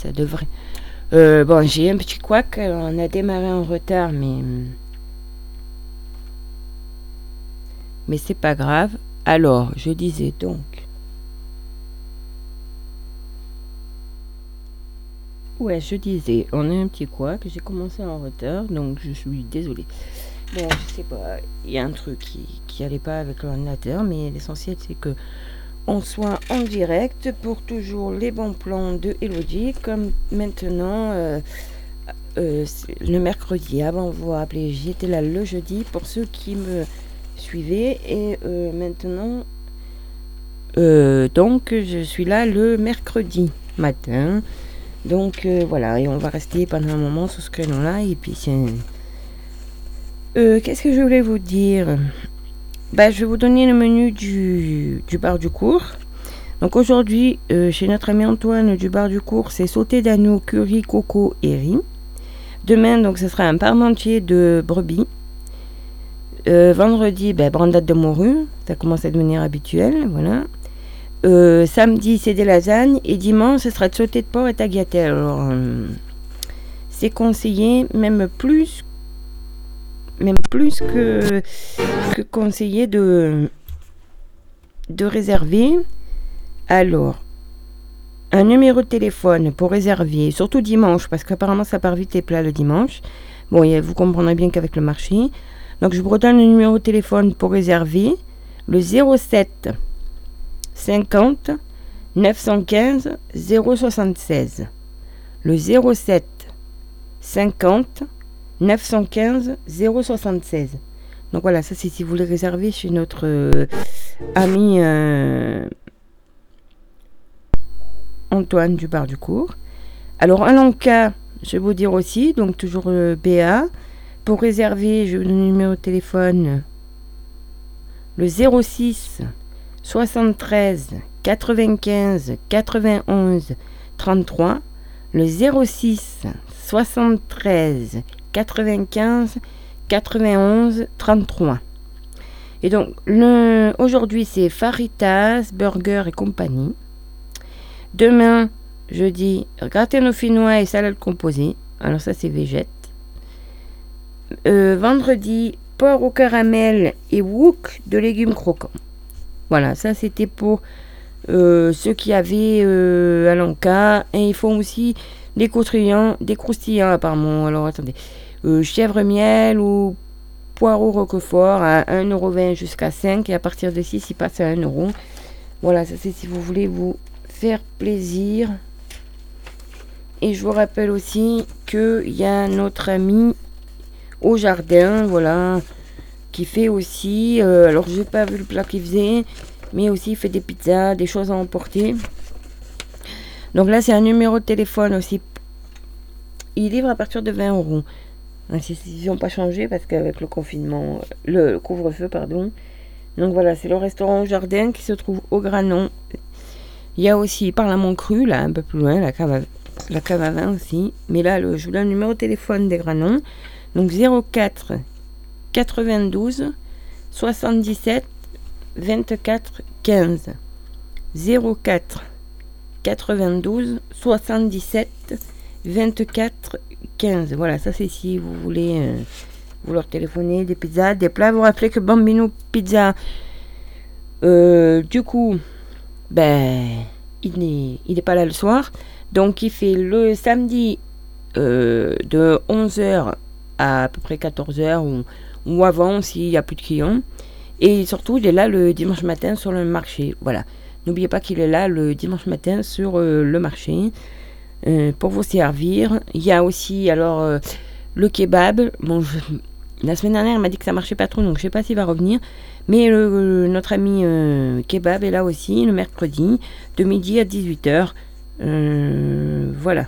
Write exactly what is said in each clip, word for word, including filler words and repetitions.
ça devrait. Euh, bon, j'ai un petit couac, on a démarré en retard, mais mais c'est pas grave. Alors, je disais donc. Ouais, je disais, on a un petit couac, j'ai commencé en retard, donc je suis désolée. Bon, je sais pas, il y a un truc qui qui allait pas avec l'ordinateur, mais l'essentiel c'est que on soit en direct pour toujours les bons plans de Elodie, comme maintenant euh, euh, le mercredi. Avant, vous vous rappelez, j'étais là le jeudi pour ceux qui me suivaient, et euh, maintenant, euh, donc, je suis là le mercredi matin. Donc euh, voilà, et on va rester pendant un moment sur ce créneau-là, et puis c'est... Euh, qu'est-ce que je voulais vous dire? Bah, je vais vous donner le menu du, du bar du cours. Donc aujourd'hui, euh, chez notre ami Antoine du bar du cours, c'est sauté d'agneau, curry, coco et riz. Demain, donc, ce sera un parmentier de brebis. Euh, vendredi, bah, brandade de morue. Ça commence à devenir habituel, voilà. Euh, samedi, c'est des lasagnes. Et dimanche, ce sera de sauté de porc et tagliatelle. Alors, euh, c'est conseillé, même plus même plus que, que conseillé de, de réserver. Alors, un numéro de téléphone pour réserver, surtout dimanche, parce qu'apparemment ça part vite les plats le dimanche. Bon, vous comprendrez bien qu'avec le marché. Donc, je vous redonne le numéro de téléphone pour réserver, le zéro sept cinquante neuf cent quinze zéro soixante-seize. Le zéro sept cinquante neuf cent quinze zéro soixante-seize. Donc voilà, ça c'est si vous voulez réserver chez notre euh, ami euh, Antoine du bar du cours. Alors à l'Anca, je vais vous dire aussi, donc toujours euh, B A. Pour réserver, je vous donne le numéro de téléphone, le zéro six soixante-treize quatre-vingt-quinze quatre-vingt-onze trente-trois. Le zéro six soixante-treize quatre-vingt-quinze quatre-vingt-onze trente-trois. Et donc le, aujourd'hui c'est Faritas Burger et compagnie. Demain, jeudi, gratin dauphinois et salade composée. Alors ça c'est végète. Euh, vendredi, porc au caramel et wok de légumes croquants. Voilà, ça c'était pour euh, ceux qui avaient euh, à l'Anca. Et ils font aussi des croustillants, des croustillants apparemment. Alors attendez, euh, chèvre miel ou poireau roquefort à un euro vingt jusqu'à cinq, et à partir de six, ils passent à un euro. Voilà, ça c'est si vous voulez vous faire plaisir. Et je vous rappelle aussi qu'il y a notre ami au jardin, voilà, qui fait aussi, euh, alors j'ai pas vu le plat qu'il faisait, mais aussi il fait des pizzas, des choses à emporter. Donc là c'est un numéro de téléphone aussi. Il livre à partir de vingt euros. Ils n'ont pas changé parce qu'avec le confinement, le couvre-feu, pardon. Donc voilà, c'est le restaurant au jardin qui se trouve au Granon. Il y a aussi Parlement Cru, là un peu plus loin, la cave à, la cave à vin aussi. Mais là, le, je vous donne le numéro de téléphone des Granons. Donc zéro quatre quatre-vingt-douze soixante-dix-sept vingt-quatre quinze. zéro quatre quatre-vingt-douze soixante-dix-sept vingt-quatre quinze. Voilà, ça c'est si vous voulez euh, vous leur téléphoner des pizzas, des plats. Vous vous rappelez que Bambino Pizza, euh, du coup, ben, il n'est il est pas là le soir. Donc il fait le samedi euh, de onze heures à à peu près quatorze heures ou, ou avant s'il n'y a plus de clients. Et surtout, il est là le dimanche matin sur le marché. Voilà. N'oubliez pas qu'il est là le dimanche matin sur euh, le marché euh, pour vous servir. Il y a aussi alors euh, le kebab. Bon, je, la semaine dernière, il m'a dit que ça marchait pas trop, donc je sais pas s'il va revenir. Mais le, le, notre ami euh, kebab est là aussi le mercredi de midi à dix-huit heures. Euh, voilà.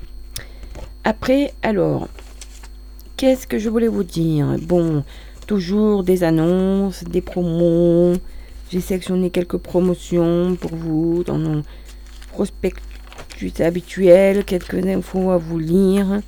Après, alors, qu'est-ce que je voulais vous dire? Bon, toujours des annonces, des promos. J'ai sélectionné quelques promotions pour vous dans nos prospectus habituels, quelques infos à vous lire.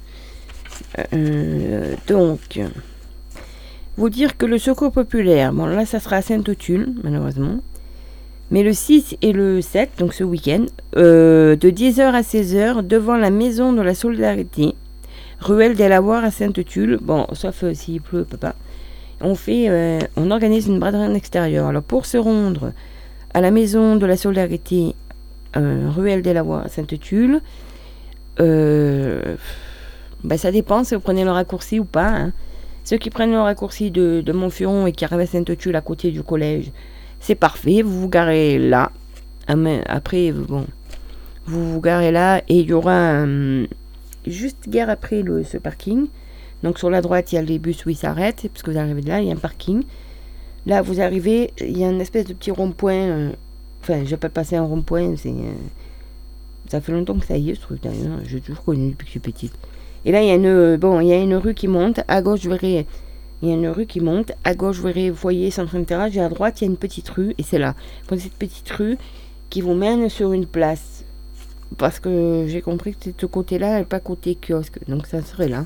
Euh, donc, vous dire que le Secours populaire, bon là ça sera à Sainte-Tulle, malheureusement. Mais le six et le sept, donc ce week-end, euh, de dix heures à seize heures, devant la Maison de la Solidarité, ruelle des Lavoirs à Sainte-Tulle, bon, sauf euh, s'il pleut, papa, on, fait, euh, on organise une braderie en extérieur. Alors pour se rendre à la Maison de la Solidarité, euh, ruelle des Lavoirs à Sainte-Tulle, euh, ben ça dépend si vous prenez le raccourci ou pas. Hein. Ceux qui prennent le raccourci de, de Montfuron et qui arrivent à Sainte-Tulle à côté du collège, c'est parfait, vous vous garez là. Après, bon, vous vous garez là et il y aura un, juste guère après le, ce parking. Donc sur la droite, il y a les bus où ils s'arrêtent, parce que vous arrivez de là, il y a un parking. Là, vous arrivez, il y a une espèce de petit rond-point. Euh, enfin, je n'appelle pas ça un rond-point, c'est... Euh, ça fait longtemps que ça y est, ce truc. D'ailleurs, j'ai toujours connu depuis que je suis petite. Et là, il y a une, bon, il y a une rue qui monte. À gauche, je verrai... Il y a une rue qui monte. À gauche, vous verrez foyer, centre d'intérêt. Et à droite, il y a une petite rue. Et c'est là. Prenez cette petite rue qui vous mène sur une place. Parce que j'ai compris que c'est de ce côté-là et pas côté kiosque. Donc, ça serait là.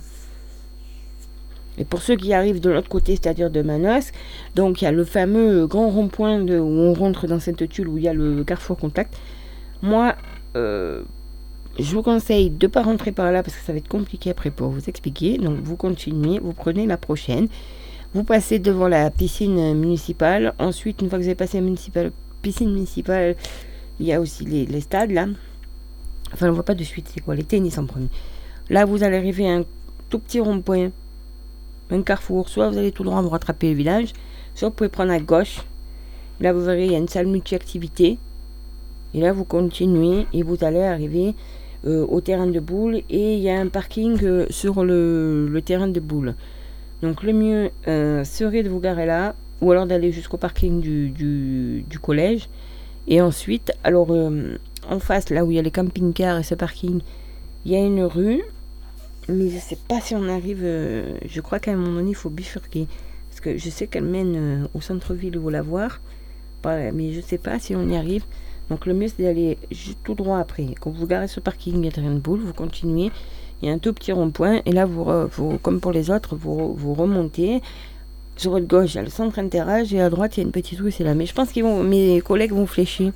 Et pour ceux qui arrivent de l'autre côté, c'est-à-dire de Manosque, donc il y a le fameux grand rond-point de, où on rentre dans Sainte-Tulle, où il y a le Carrefour Contact. Moi, euh, je vous conseille de ne pas rentrer par là parce que ça va être compliqué après pour vous expliquer. Donc vous continuez, vous prenez la prochaine. Vous passez devant la piscine municipale. Ensuite, une fois que vous avez passé la municipale, piscine municipale, il y a aussi les, les stades là. Enfin, on ne voit pas de suite, c'est quoi, les tennis en premier. Là, vous allez arriver à un tout petit rond-point. Un carrefour, soit vous allez tout droit vous rattraper le village, soit vous pouvez prendre à gauche. Là vous verrez il y a une salle multi-activité. Et là vous continuez et vous allez arriver euh, au terrain de boule. Et il y a un parking euh, sur le, le terrain de boule. Donc le mieux euh, serait de vous garer là, ou alors d'aller jusqu'au parking du, du, du collège. Et ensuite, alors euh, en face, là où il y a les camping-cars et ce parking, il y a une rue. Mais je sais pas si on arrive. Euh, je crois qu'à un moment donné, il faut bifurquer. Parce que je sais qu'elle mène euh, au centre-ville où la voir. Voilà, mais je sais pas si on y arrive. Donc le mieux, c'est d'aller tout droit après. Quand vous garez ce parking, il y a terrain de boule, vous continuez. Il y a un tout petit rond-point. Et là, vous, vous, comme pour les autres, vous, vous remontez. Sur votre gauche, il y a le centre intérêt. Et à droite, il y a une petite rue, c'est là. Mais je pense que mes collègues vont fléchir.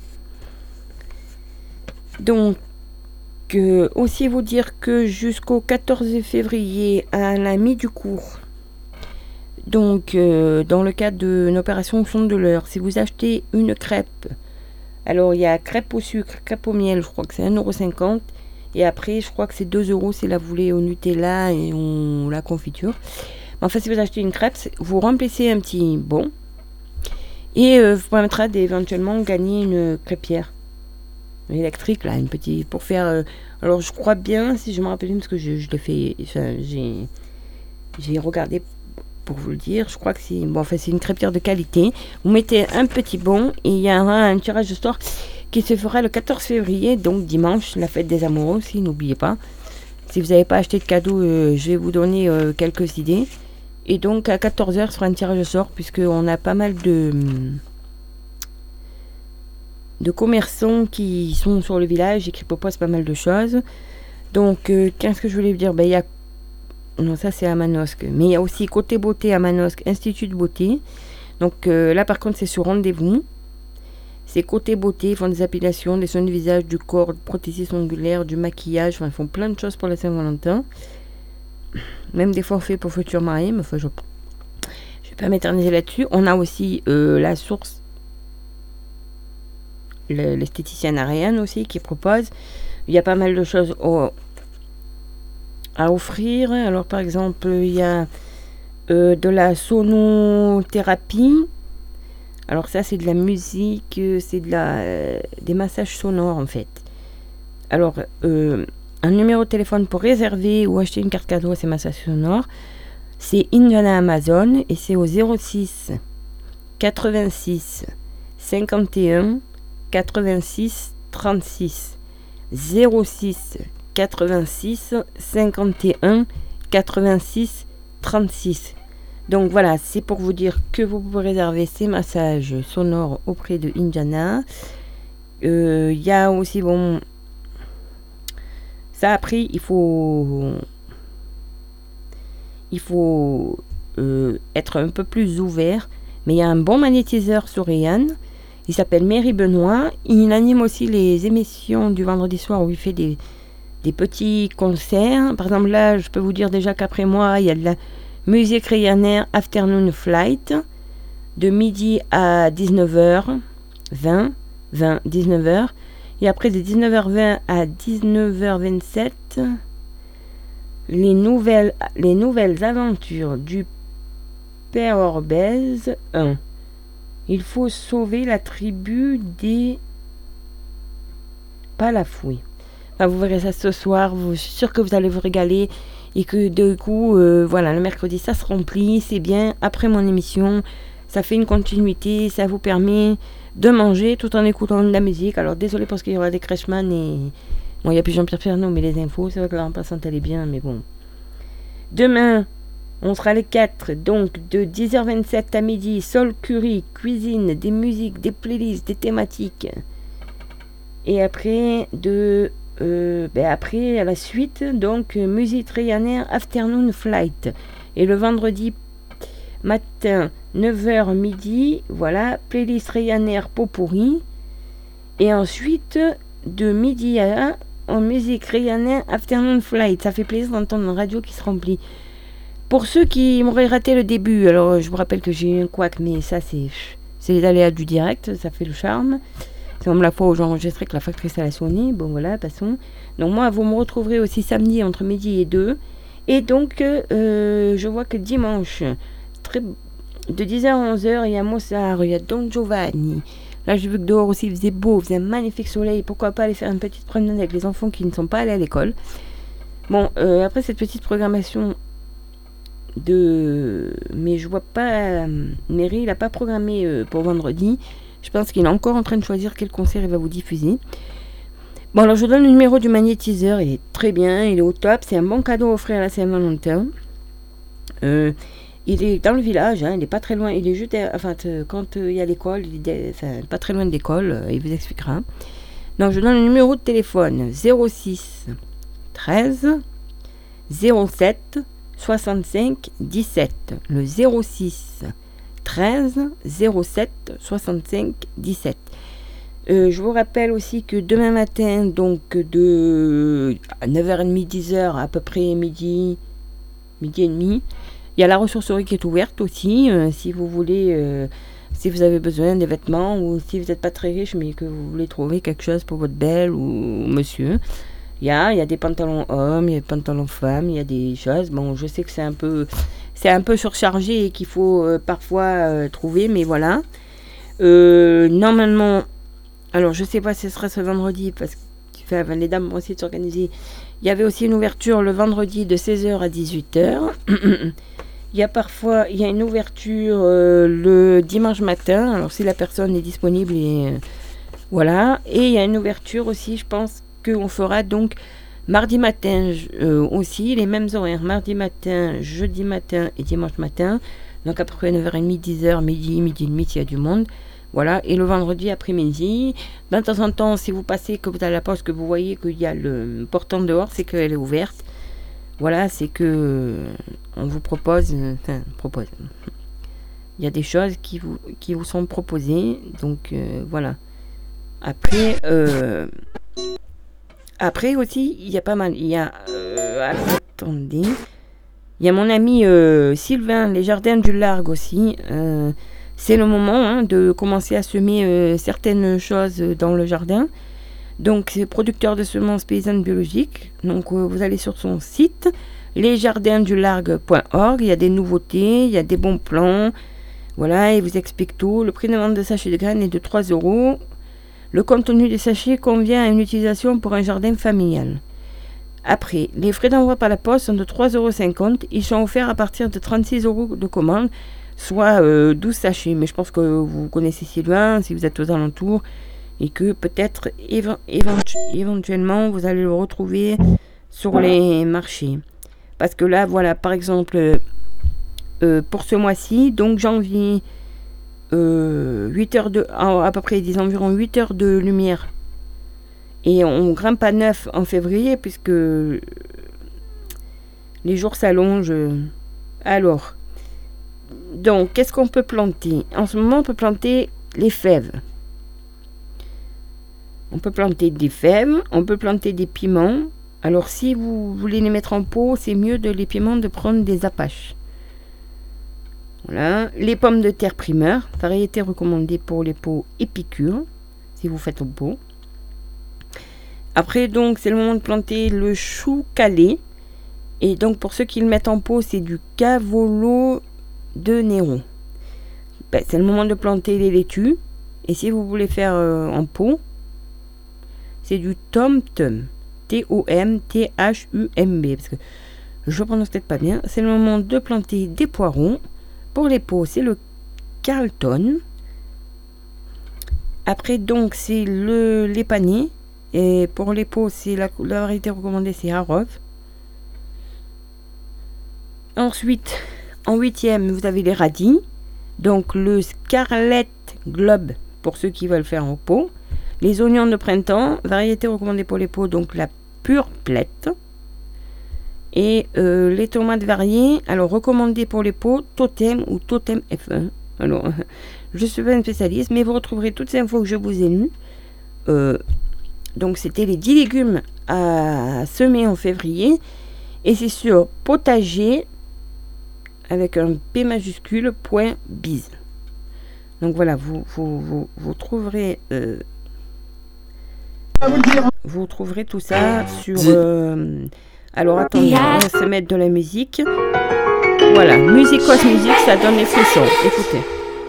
Donc. Euh, aussi vous dire que jusqu'au quatorze février à la mi-du-cours, donc euh, dans le cadre d'une opération Chandeleur, si vous achetez une crêpe, alors il y a crêpe au sucre, crêpe au miel, je crois que c'est un euro cinquante, et après je crois que c'est deux euros si la vous voulez au Nutella et on, la confiture. Mais enfin, si vous achetez une crêpe, vous remplissez un petit bon et euh, vous permettra d'éventuellement gagner une crêpière électrique là, une petite pour faire euh, alors je crois bien, si je me rappelle bien, parce que je, je l'ai fait, enfin, j'ai j'ai regardé pour vous le dire, je crois que c'est bon, enfin c'est une crêpière de qualité. Vous mettez un petit bon et il y aura un tirage de sort qui se fera le quatorze février, donc dimanche, la fête des amoureux aussi, n'oubliez pas. Si vous n'avez pas acheté de cadeau, euh, je vais vous donner euh, quelques idées. Et donc à quatorze heures sera un tirage de sort, puisqu'on a pas mal de de commerçants qui sont sur le village et qui proposent pas mal de choses. Donc, euh, qu'est-ce que je voulais vous dire? Ben, il y a... Non, ça c'est à Manosque. Mais il y a aussi Côté Beauté à Manosque, Institut de Beauté. Donc euh, là, par contre, c'est sur rendez-vous. C'est Côté Beauté, ils font des appellations, des soins de visage, du corps, prothèses ongulaires, du maquillage. Enfin, ils font plein de choses pour la Saint-Valentin. Même des forfaits pour futurs mariés. Mais enfin, je ne vais pas m'éterniser là-dessus. On a aussi euh, la source... l'esthéticienne Ariane aussi qui propose. Il y a pas mal de choses au, à offrir. Alors par exemple, il y a euh, de la sonothérapie. Alors ça c'est de la musique, c'est de la euh, des massages sonores en fait. Alors euh, un numéro de téléphone pour réserver ou acheter une carte cadeau à ces massages sonores, c'est Indiana Amazon et c'est au zéro six quatre-vingt-six cinquante et un quatre-vingt-six trente-six zéro six quatre-vingt-six cinquante et un quatre-vingt-six trente-six. Donc voilà, c'est pour vous dire que vous pouvez réserver ces massages sonores auprès de Indiana. Il euh, y a aussi, bon, ça après, il faut, il faut euh, être un peu plus ouvert, mais il y a un bon magnétiseur sur Ryan. Il s'appelle Mairie Benoît. Il anime aussi les émissions du vendredi soir où il fait des, des petits concerts. Par exemple, là, je peux vous dire déjà qu'après moi, il y a de la musique Ryanair Afternoon Flight de midi à dix-neuf heures vingt, vingt, dix-neuf heures. Et après, de dix-neuf heures vingt à dix-neuf heures vingt-sept, les nouvelles, les nouvelles aventures du Père Orbez un. Il faut sauver la tribu des Palafoués. Enfin, vous verrez ça ce soir. Je suis sûre que vous allez vous régaler. Et que du coup, euh, voilà, le mercredi, ça se remplit. C'est bien. Après mon émission, ça fait une continuité. Ça vous permet de manger tout en écoutant de la musique. Alors, désolé parce qu'il y aura des Crashman et... Bon, il n'y a plus Jean-Pierre Pernaut, mais les infos, c'est vrai que la remplaçante, elle est bien, mais bon. Demain... On sera les quatre, donc de dix heures vingt-sept à midi, Sol Curry, cuisine, des musiques, des playlists, des thématiques. Et après, de, euh, ben après à la suite, donc musique Ryanair Afternoon Flight. Et le vendredi matin, neuf heures midi, voilà, playlist Ryanair Potpourri. Et ensuite, de midi à en musique Ryanair Afternoon Flight. Ça fait plaisir d'entendre une radio qui se remplit. Pour ceux qui m'auraient raté le début, alors je vous rappelle que j'ai eu un couac, mais ça c'est, c'est les aléas du direct, ça fait le charme. C'est comme la fois où j'ai enregistré que la factrice elle a sonné, bon voilà, passons. Donc moi vous me retrouverez aussi samedi entre midi et deux. Et donc euh, je vois que dimanche, très, de dix heures à onze heures, il y a Mossard, il y a Don Giovanni. Là j'ai vu que dehors aussi il faisait beau, il faisait un magnifique soleil, pourquoi pas aller faire une petite promenade avec les enfants qui ne sont pas allés à l'école. Bon, euh, après cette petite programmation... de mais je vois pas euh, Mairie il a pas programmé euh, pour vendredi. Je pense qu'il est encore en train de choisir quel concert il va vous diffuser. Bon, alors je vous donne le numéro du magnétiseur. Il est très bien, il est au top, c'est un bon cadeau à offrir à la Saint-Valentin. euh, il est dans le village, hein, il est pas très loin, il est juste enfin t- quand il euh, y a l'école, il est enfin, pas très loin de l'école, euh, il vous expliquera. Donc je vous donne le numéro de téléphone zéro six treize zéro sept soixante-cinq dix-sept, le zéro six treize zéro sept soixante-cinq dix-sept. Euh, je vous rappelle aussi que demain matin, donc de neuf heures trente, dix heures, à peu près midi, midi et demi, il y a la ressourcerie qui est ouverte aussi, euh, si vous voulez, euh, si vous avez besoin des vêtements ou si vous n'êtes pas très riche mais que vous voulez trouver quelque chose pour votre belle ou monsieur. Il y a, il y a des pantalons hommes, il y a des pantalons femmes, il y a des choses. Bon, je sais que c'est un peu, c'est un peu surchargé et qu'il faut euh, parfois euh, trouver, mais voilà. Euh, normalement, alors je sais pas si ce sera ce vendredi, parce que enfin, les dames vont essayer de s'organiser. Il y avait aussi une ouverture le vendredi de seize heures à dix-huit heures. Il y a parfois, il y a une ouverture euh, le dimanche matin, alors si la personne est disponible, et euh, voilà. Et il y a une ouverture aussi, je pense, qu'on fera donc mardi matin euh, aussi, les mêmes horaires, mardi matin, jeudi matin et dimanche matin, donc à peu près neuf heures trente, dix heures, midi, midi et demi, s'il y a du monde, voilà, et le vendredi après-midi, de temps en temps, si vous passez, que vous avez la poste, que vous voyez qu'il y a le portant dehors, c'est qu'elle est ouverte, voilà, c'est que on vous propose, enfin, propose, il y a des choses qui vous, qui vous sont proposées, donc euh, voilà, après, euh, Après aussi, il y a pas mal. Il y a. Euh, attendez. Il y a mon ami euh, Sylvain, les jardins du Largue aussi. Euh, c'est le moment hein, de commencer à semer euh, certaines choses dans le jardin. Donc, c'est producteur de semences paysannes biologiques. Donc, euh, vous allez sur son site, les jardins du largue point org. Il y a des nouveautés, il y a des bons plans. Voilà, il vous explique tout. Le prix de vente de sachets de graines est de trois euros. Le contenu des sachets convient à une utilisation pour un jardin familial. Après, les frais d'envoi par la poste sont de trois euros cinquante. Ils sont offerts à partir de trente-six euros de commande, soit euh, douze sachets. Mais je pense que vous connaissez Sylvain, si vous êtes aux alentours, et que peut-être éve- éventu- éventuellement vous allez le retrouver sur les marchés. Parce que là, voilà, par exemple, euh, pour ce mois-ci, donc janvier... Euh, huit heures de, à peu près ils disent environ huit heures de lumière et on grimpe à neuf en février puisque les jours s'allongent. Alors donc qu'est-ce qu'on peut planter en ce moment? On peut planter les fèves, On peut planter des fèves, on peut planter des piments. Alors si vous voulez les mettre en pot, c'est mieux de les piments de prendre des apaches. Voilà, les pommes de terre primeur, variété recommandée pour les pots épicures, si vous faites au pot. Après donc c'est le moment de planter le chou calé. Et donc pour ceux qui le mettent en pot, c'est du cavolo de Néron. Ben, c'est le moment de planter les laitues. Et si vous voulez faire euh, en pot, c'est du tom-tum. T O M T H U M B. Parce que je prononce peut-être pas bien. C'est le moment de planter des poireaux. Pour les pots, c'est le Carlton. Après, donc, c'est le, les paniers. Et pour les pots, c'est la, la variété recommandée, c'est Harov. Ensuite, en huitième, vous avez les radis. Donc, le Scarlet Globe, pour ceux qui veulent faire en pot. Les oignons de printemps, variété recommandée pour les pots, donc la pure plette. Et euh, les tomates variées, alors recommandées pour les pots, Totem ou Totem F un. Alors, je suis pas une spécialiste, mais vous retrouverez toutes ces infos que je vous ai lues. Euh, donc, c'était les dix légumes à semer en février. Et c'est sur potager, avec un P majuscule, point biz. Donc voilà, vous, vous, vous, vous trouverez... Euh, vous trouverez tout ça sur... Euh, alors attendez, on va se mettre de la musique. Voilà, Musicos Music, ça donne les frissons. Écoutez.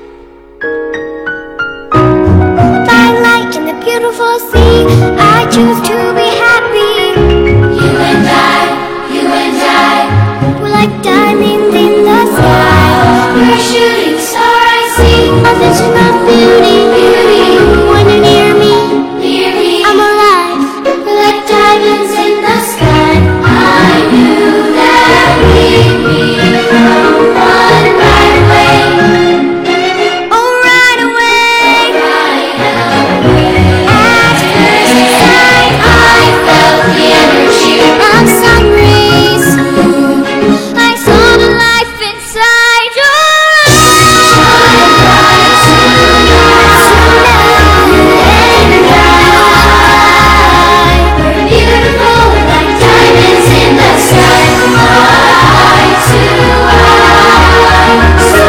By light in the beautiful sea, I choose to be happy. You and I, you and I, we're like diamonds in the sky. We're a shooting star, I see. A vision of beauty, beauty. When you're near me, near me, I'm alive. We're like diamonds in the sky. I knew that we'd become one right away. Oh, right away. Right away. At first sight, I felt the energy of sun rays. I saw the life inside your eyes. And I, we're beautiful like diamonds in the sky. Eye to eye, so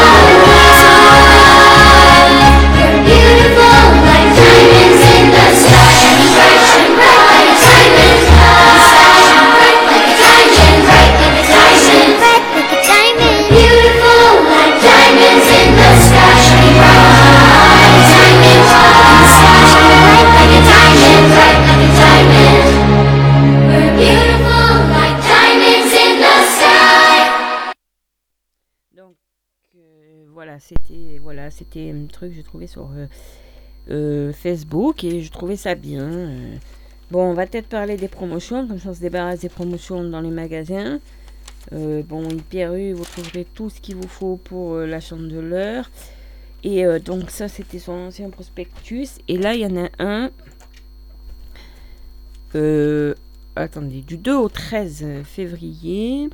alive. We're beautiful like diamonds in the sky. Shine bright, shine bright like a diamond. Shine bright like a diamond, bright like a diamond, bright like a diamond. Beautiful like diamonds in the sky. Shine bright like a diamond. Shine bright like a diamond, bright like a diamond. We're beautiful like diamonds in the sky. Donc euh, voilà, c'était voilà, c'était un truc que j'ai trouvé sur euh, euh, Facebook et je trouvais ça bien. euh. Bon, on va peut-être parler des promotions, comme ça on se débarrasse des promotions dans les magasins. Euh, bon, Hyper U, vous trouverez tout ce qu'il vous faut pour euh, la chandeleur. Et euh, donc ça, c'était son ancien prospectus. Et là, il y en a un. Euh, attendez, du deux au treize février.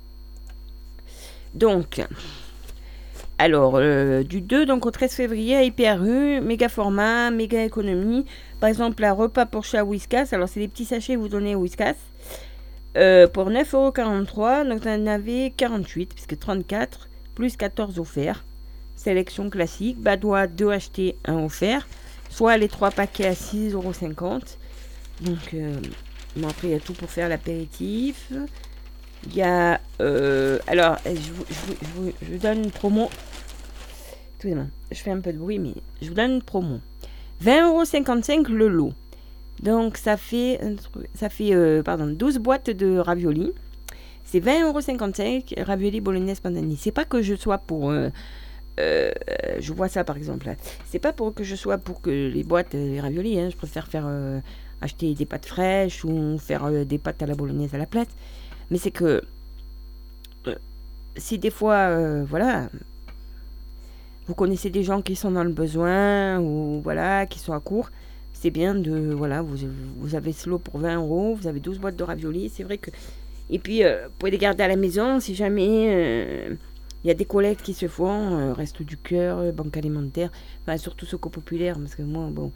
Donc, alors, euh, du deux donc, au treize février à Hyper U, méga format, méga économie. Par exemple, un repas pour chat Whiskas. Alors, c'est des petits sachets que vous donnez au Whiskas. Euh, pour neuf euros quarante-trois. Donc, vous en avez quarante-huit, puisque trente-quatre, plus quatorze offerts. Sélection classique. Badois, deux achetés, un offert. Soit les trois paquets à six euros cinquante. Donc, euh, bon, après, il y a tout pour faire l'apéritif. Il y a... Euh, alors, je vous, je, vous, je, vous, je vous donne une promo. Excusez-moi, je fais un peu de bruit, mais je vous donne une promo. vingt euros cinquante-cinq le lot. Donc, ça fait, ça fait euh, pardon, douze boîtes de raviolis. C'est vingt euros cinquante-cinq, raviolis bolognaise panini. C'est pas que je sois pour... Euh, euh, je vois ça, par exemple. Là. C'est pas pour que je sois pour que les boîtes, les raviolis, hein, je préfère faire... Euh, acheter des pâtes fraîches ou faire euh, des pâtes à la bolognaise à la place. Mais c'est que euh, si des fois, euh, voilà, vous connaissez des gens qui sont dans le besoin ou voilà, qui sont à court, c'est bien de, voilà, vous, vous avez ce lot pour vingt euros, vous avez douze boîtes de raviolis, c'est vrai que... Et puis, euh, vous pouvez les garder à la maison si jamais il euh, y a des collectes qui se font, euh, Resto du Cœur, Banque Alimentaire, enfin surtout Secours Populaire, parce que moi, bon,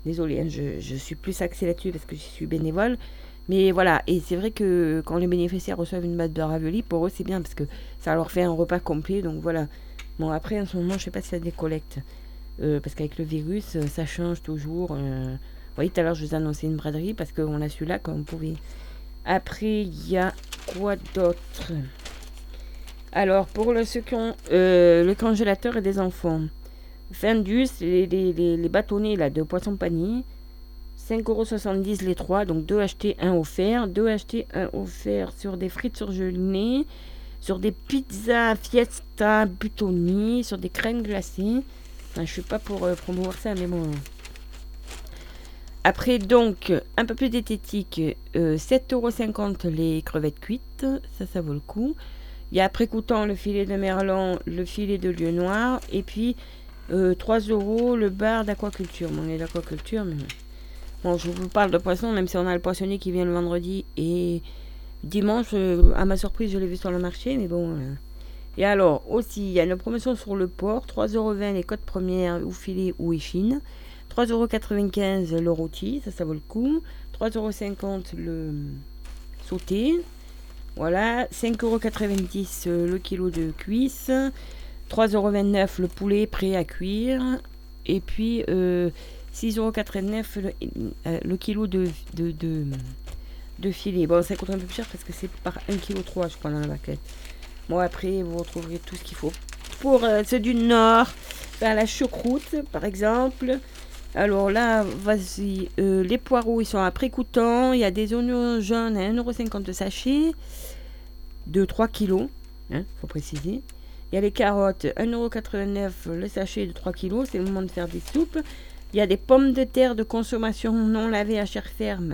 Désolée, hein, je, je suis plus axée là-dessus parce que je suis bénévole. Mais voilà, et c'est vrai que quand les bénéficiaires reçoivent une boîte de raviolis, pour eux c'est bien parce que ça leur fait un repas complet. Donc voilà. Bon, après en ce moment, je sais pas s'il y a des collectes. Euh, parce qu'avec le virus, euh, ça change toujours. Euh. Vous voyez, tout à l'heure, je vous annonçais une braderie parce qu'on a su là quand on pouvait. Après, il y a quoi d'autre? Alors, pour le, ceux qui ont euh, le congélateur et des enfants, Findus, les, les, les, les bâtonnets là, de poisson panier, cinq euros soixante-dix les trois, donc deux achetés, un offert. deux achetés, un offert sur des frites surgelées, sur des pizzas Fiesta Buitoni, sur des crèmes glacées. Enfin, je suis pas pour euh, promouvoir ça, mais bon. Après, donc, un peu plus diététique, euh, sept euros cinquante les crevettes cuites, ça, ça vaut le coup. Il y a après coûtant le filet de merlan, le filet de lieu noir, et puis euh, trois euros le bar d'aquaculture. Bon, on est d'aquaculture, mais bon, je vous parle de poisson, même si on a le poissonnier qui vient le vendredi, et dimanche, euh, à ma surprise, je l'ai vu sur le marché, mais bon. Euh. Et alors, aussi, il y a une promotion sur le porc, trois euros vingt les côtes premières ou filet ou échine. trois euros quatre-vingt-quinze le rôti, ça, ça vaut le coup. trois euros cinquante le sauté. Voilà, cinq euros quatre-vingt-dix le kilo de cuisse. trois euros vingt-neuf le poulet prêt à cuire. Et puis, euh, six euros quatre-vingt-neuf le, euh, le kilo de, de, de, de filet. Bon, ça coûte un peu plus cher parce que c'est par un virgule trois kg, je crois, dans la baquette. Bon, après, vous retrouverez tout ce qu'il faut. Pour euh, ceux du Nord, faire la choucroute, par exemple. Alors là, vas-y, euh, les poireaux, ils sont à prix coûtant. Il y a des oignons jaunes à un euro cinquante le sachet, de trois kilos, hein, faut préciser. Il y a les carottes, un euro quatre-vingt-neuf le sachet de trois kilos, c'est le moment de faire des soupes. Il y a des pommes de terre de consommation non lavées à chair ferme,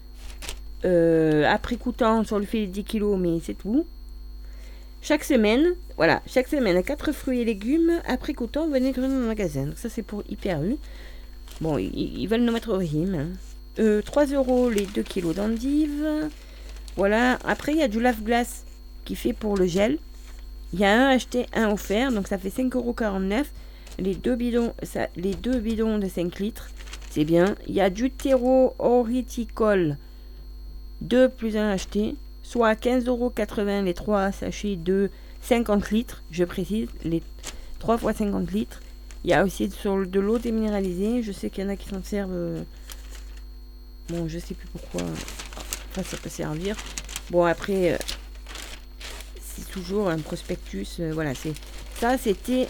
euh, à prix coûtant sur le filet de dix kilos, mais c'est tout. Chaque semaine, voilà, chaque semaine, quatre fruits et légumes, à prix coûtant, venez dans le magasin. Donc ça, c'est pour Hyper U. Bon, ils, ils veulent nous mettre au régime. Hein. Euh, trois euros les deux kilos d'endives. Voilà. Après, il y a du lave-glace qui fait pour le gel. Il y a un acheté, un offert. Donc, ça fait cinq euros quarante-neuf. Les deux bidons, ça, les deux bidons de cinq litres. C'est bien. Il y a du terreau horticole. deux plus un acheté. Soit quinze euros quatre-vingts les trois sachets de cinquante litres. Je précise, les trois fois cinquante litres. Il y a aussi sur de l'eau déminéralisée. Je sais qu'il y en a qui s'en servent. Euh... Bon, je sais plus pourquoi. Enfin, ça peut servir. Bon, après, euh, c'est toujours un prospectus. Euh, voilà, c'est ça, c'était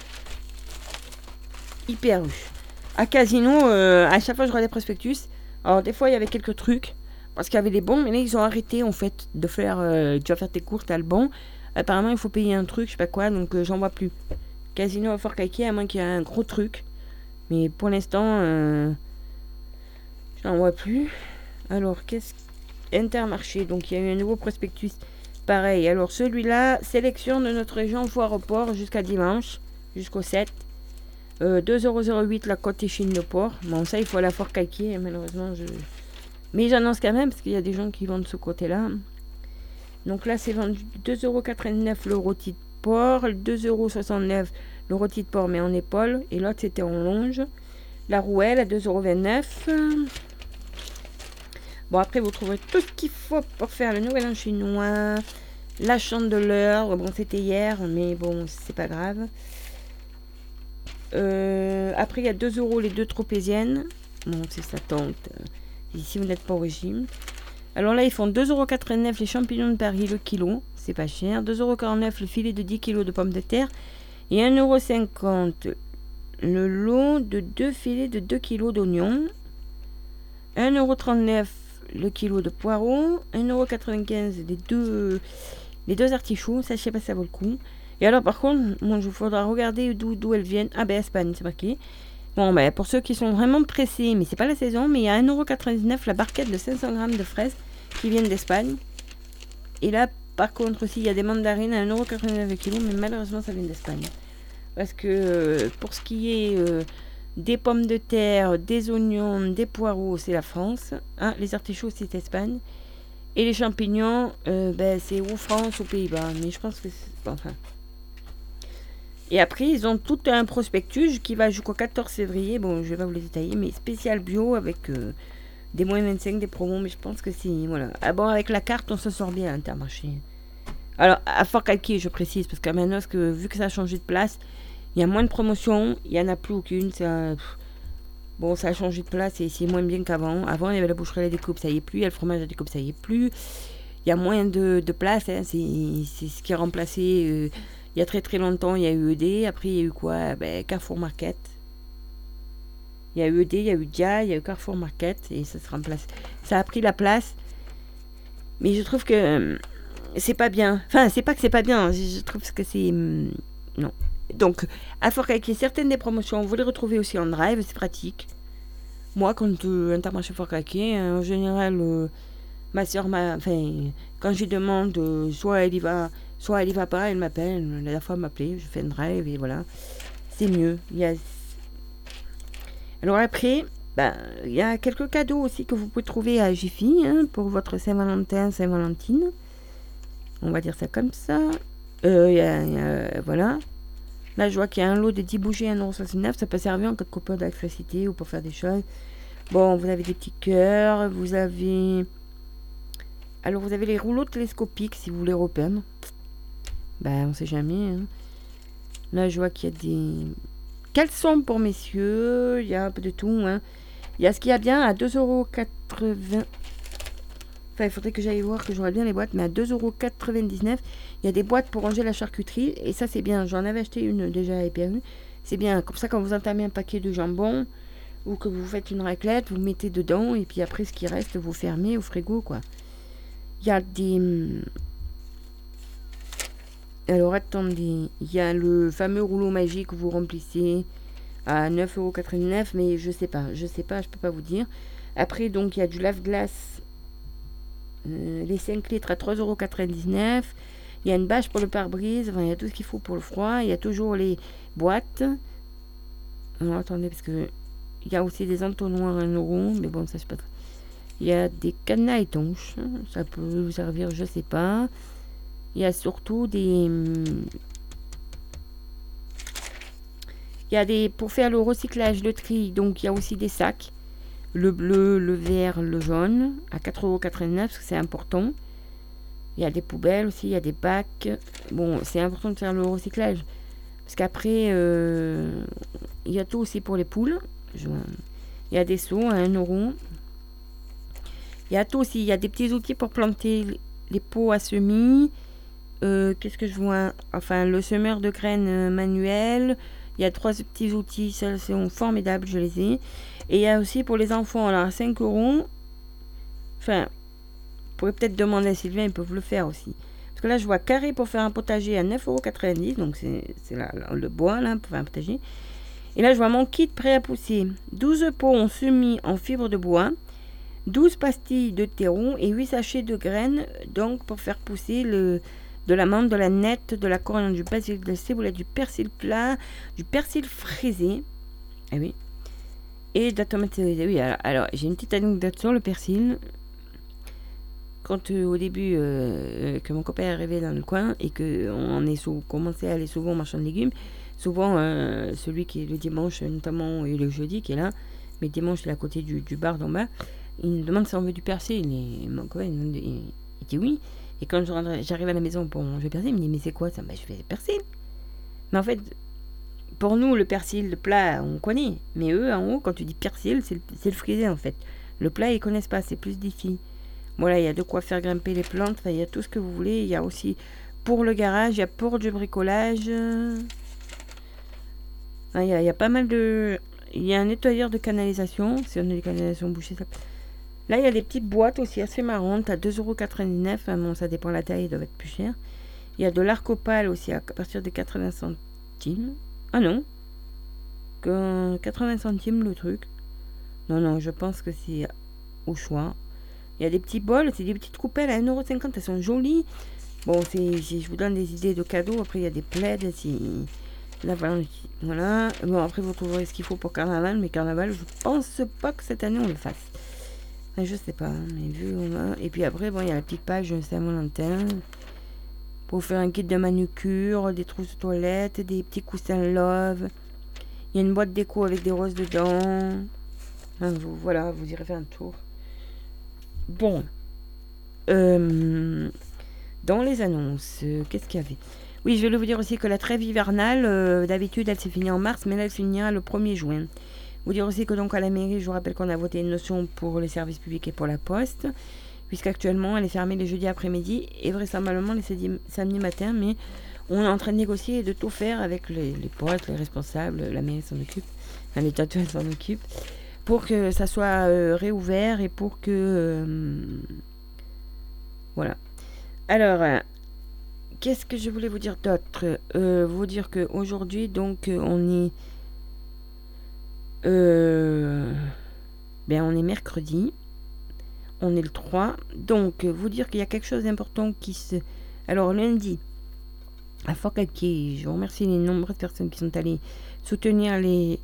Hyper U. À Casino, euh, à chaque fois, je regardais prospectus. Alors, des fois, il y avait quelques trucs. Parce qu'il y avait des bons, mais là, ils ont arrêté, en fait, de faire... Euh, tu vas faire tes courses, t'as le bon. Apparemment, il faut payer un truc, je sais pas quoi, donc euh, j'en vois plus. Casino à Fort-Calquier, à moins qu'il y ait un gros truc. Mais pour l'instant, euh, j'en vois plus. Alors, qu'est-ce Intermarché, donc il y a eu un nouveau prospectus. Pareil, alors celui-là, sélection de notre région foire au port jusqu'à dimanche, jusqu'au sept. Euh, deux euros zéro huit la côte échine le port. Bon, ça, il faut aller à Fort-Calquier, malheureusement, je... Mais j'annonce quand même, parce qu'il y a des gens qui vendent de ce côté-là. Donc là, c'est vendu deux euros quatre-vingt-neuf le rôti de porc, deux euros soixante-neuf le rôti de porc mais en épaule, et l'autre c'était en longe. La rouelle à deux euros vingt-neuf. Bon, après vous trouverez tout ce qu'il faut pour faire le nouvel an chinois, la chandeleur, bon c'était hier, mais bon c'est pas grave. Euh, après il y a deux euros les deux tropéziennes, bon c'est sa tante, si vous n'êtes pas au régime. Alors là, ils font deux euros quatre-vingt-neuf les champignons de Paris le kilo. C'est pas cher. deux euros quarante-neuf le filet de dix kilos de pommes de terre. Et un euro cinquante le lot de deux filets de deux kilos d'oignons. un euro trente-neuf le kilo de poireaux. un euro quatre-vingt-quinze les deux, les deux artichauts. Ça, je sais pas si ça vaut le coup. Et alors, par contre, bon, il vous faudra regarder d'où, d'où elles viennent. Ah ben, Espagne, c'est marqué. Bon, ben, pour ceux qui sont vraiment pressés, mais c'est pas la saison, mais il y a un euro quatre-vingt-dix-neuf la barquette de cinq cents grammes de fraises qui viennent d'Espagne. Et là, par contre, aussi, il y a des mandarines à un euro quatre-vingt-dix-neuf le kilo, mais malheureusement, ça vient d'Espagne. Parce que euh, pour ce qui est euh, des pommes de terre, des oignons, des poireaux, c'est la France. Hein, les artichauts, c'est Espagne. Et les champignons, euh, ben, c'est ou France ou Pays-Bas. Mais je pense que c'est... Enfin... Et après, ils ont tout un prospectus qui va jusqu'au quatorze février. Bon, je vais pas vous les détailler, mais spécial bio avec euh, des moins vingt-cinq, des promos. Mais je pense que c'est. Voilà. Ah bon, avec la carte, on se sort bien à Intermarché. Alors, à Fort-Calquier, je précise, parce qu'à Manosque, que, vu que ça a changé de place, il y a moins de promotions. Il n'y en a plus aucune. Ça, pff, bon, ça a changé de place et c'est moins bien qu'avant. Avant, il y avait la boucherie à la découpe, ça y est plus. Il y a le fromage à la découpe, ça y est plus. Il y a moins de, de place. Hein, c'est, c'est ce qui a remplacé. Euh, il y a très très longtemps, il y a eu E D. Après, il y a eu quoi? Ben, Carrefour Market. Il y a eu E D, il y a eu Dia, il y a eu Carrefour Market. Et ça se remplace. Ça a pris la place. Mais je trouve que euh, c'est pas bien. Enfin, c'est pas que c'est pas bien. Je, je trouve que c'est. Hum, non. Donc, à Fort-Calquier, certaines des promotions, vous les retrouvez aussi en drive, c'est pratique. Moi, quand euh, Intermarché Fort-Calquier, euh, en général, euh, ma soeur m'a. Enfin, quand je lui demande, euh, soit elle y va, soit elle y va pas, elle m'appelle. La dernière fois, elle m'appelait, je fais un drive et voilà. C'est mieux. Il y a... Alors après, ben, il y a quelques cadeaux aussi que vous pouvez trouver à Jiffy hein, pour votre Saint-Valentin, Saint-Valentine. On va dire ça comme ça. Euh, y a, y a, voilà. Là, je vois qu'il y a un lot de dix bougies à un euro soixante-neuf. Ça peut servir en cas de coupure d'électricité ou pour faire des choses. Bon, vous avez des petits cœurs. Vous avez... Alors, vous avez les rouleaux télescopiques si vous voulez repeindre. Ben, on sait jamais. Hein. Là, je vois qu'il y a des caleçons pour messieurs. Il y a un peu de tout. Hein. Il y a ce qu'il y a bien à deux euros quatre-vingts. Enfin, il faudrait que j'aille voir que j'aurais bien les boîtes. Mais à deux euros quatre-vingt-dix-neuf, il y a des boîtes pour ranger la charcuterie. Et ça, c'est bien. J'en avais acheté une déjà à Perru. C'est bien. Comme ça, quand vous entamez un paquet de jambon ou que vous faites une raclette, vous mettez dedans. Et puis après, ce qui reste, vous fermez au frigo, quoi. Il y a des... Alors, attendez. Il y a le fameux rouleau magique que vous remplissez à neuf euros quatre-vingt-dix-neuf. Mais je sais pas. Je sais pas, je peux pas vous dire. Après, donc, il y a du lave-glace. Euh, les cinq litres à trois euros quatre-vingt-dix-neuf. Il y a une bâche pour le pare-brise. Enfin, il y a tout ce qu'il faut pour le froid. Il y a toujours les boîtes. Alors, attendez, parce que... Il y a aussi des entonnoirs à un euro. Mais bon, ça, je sais pas. Il y a des cadenas étanches. Ça peut vous servir, je sais pas. Il y a surtout des... Il y a des... Pour faire le recyclage, le tri, donc il y a aussi des sacs. Le bleu, le vert, le jaune. À quatre euros quatre-vingt-neuf, parce que c'est important. Il y a des poubelles aussi, il y a des bacs. Bon, c'est important de faire le recyclage. Parce qu'après, euh, il y a tout aussi pour les poules. Je... Il y a des seaux à un euro. Il y a tout aussi. Il y a des petits outils pour planter les pots à semis. Euh, qu'est-ce que je vois? Enfin, le semeur de graines euh, manuel. Il y a trois petits outils. Celles sont formidables, je les ai. Et il y a aussi pour les enfants, alors à cinq euros. Enfin, vous pourrez peut-être demander à Sylvain, ils peuvent le faire aussi. Parce que là, je vois carré pour faire un potager à neuf euros quatre-vingt-dix. Donc, c'est, c'est là, là, le bois, là, pour faire un potager. Et là, je vois mon kit prêt à pousser. douze pots en semis en fibre de bois. douze pastilles de terreau et huit sachets de graines. Donc, pour faire pousser le, de la menthe, de la nette, de la coriandre, du basilic, de la ciboulette, du persil plat, du persil fraisé. Ah oui. Et de la tomate cerise. Oui, alors, alors j'ai une petite anecdote sur le persil. Quand euh, au début, euh, que mon copain est arrivé dans le coin et qu'on est sous, commençait à aller souvent au marchand de légumes, souvent euh, celui qui est le dimanche, notamment et le jeudi qui est là, mais dimanche il est à côté du, du bar d'en bas, il me demande si on veut du persil. Et mon copain il, il, il dit oui. Et quand je rentre, j'arrive à la maison pour manger persil, il me dit mais c'est quoi ça? Ben, je fais persil. Mais en fait, pour nous, le persil, le plat, on connaît. Mais eux, en haut, quand tu dis persil, c'est le, c'est le frisé en fait. Le plat, ils connaissent pas, c'est plus difficile. Voilà, il y a de quoi faire grimper les plantes, il y a tout ce que vous voulez. Il y a aussi pour le garage, il y a pour du bricolage. Ah, il, y a, il y a pas mal de... Il y a un nettoyeur de canalisation, si on a des canalisations bouchées. Ça... Là, il y a des petites boîtes aussi assez marrantes à deux euros quatre-vingt-dix-neuf. Bon, ça dépend de la taille, ils doivent être plus chers. Il y a de l'arcopale aussi à partir de quatre-vingts centimes. Ah non, que quatre-vingts centimes le truc. Non, non, je pense que c'est au choix. Il y a des petits bols, c'est des petites coupelles à un euro cinquante, elles sont jolies. Bon, c'est, je vous donne des idées de cadeaux. Après, il y a des plaids. Là, voilà, voilà. Bon, après, vous trouverez ce qu'il faut pour carnaval. Mais carnaval, je pense pas que cette année, on le fasse. Enfin, je sais pas, mais vu, on va... Et puis après, bon, il y a la petite page Saint-Valentin. pour faire un kit de manucure, des trousses de toilette, des petits coussins love. Il y a une boîte déco avec des roses dedans. Enfin, vous, voilà, vous irez faire un tour. Bon. Euh, dans les annonces, euh, qu'est-ce qu'il y avait? Oui, je voulais vous dire aussi que la trêve hivernale, euh, d'habitude, elle s'est finie en mars, mais là, elle finira le premier juin. Vous dire aussi que donc à la mairie, je vous rappelle qu'on a voté une notion pour les services publics et pour la poste, puisqu'actuellement, elle est fermée les jeudis après-midi et vraisemblablement les samedis matin, mais on est en train de négocier et de tout faire avec les, les postes, les responsables, la mairie s'en occupe, enfin, les tatouages s'en occupent, pour que ça soit euh, réouvert et pour que... Euh, voilà. Alors... Euh, Qu'est-ce que je voulais vous dire d'autre? euh, Vous dire qu'aujourd'hui, donc, on est... Euh, ben, on est mercredi. On est le trois. Donc, vous dire qu'il y a quelque chose d'important qui se... Alors, lundi, à Fort-Calquier, je vous remercie les nombreuses personnes qui sont allées soutenir les...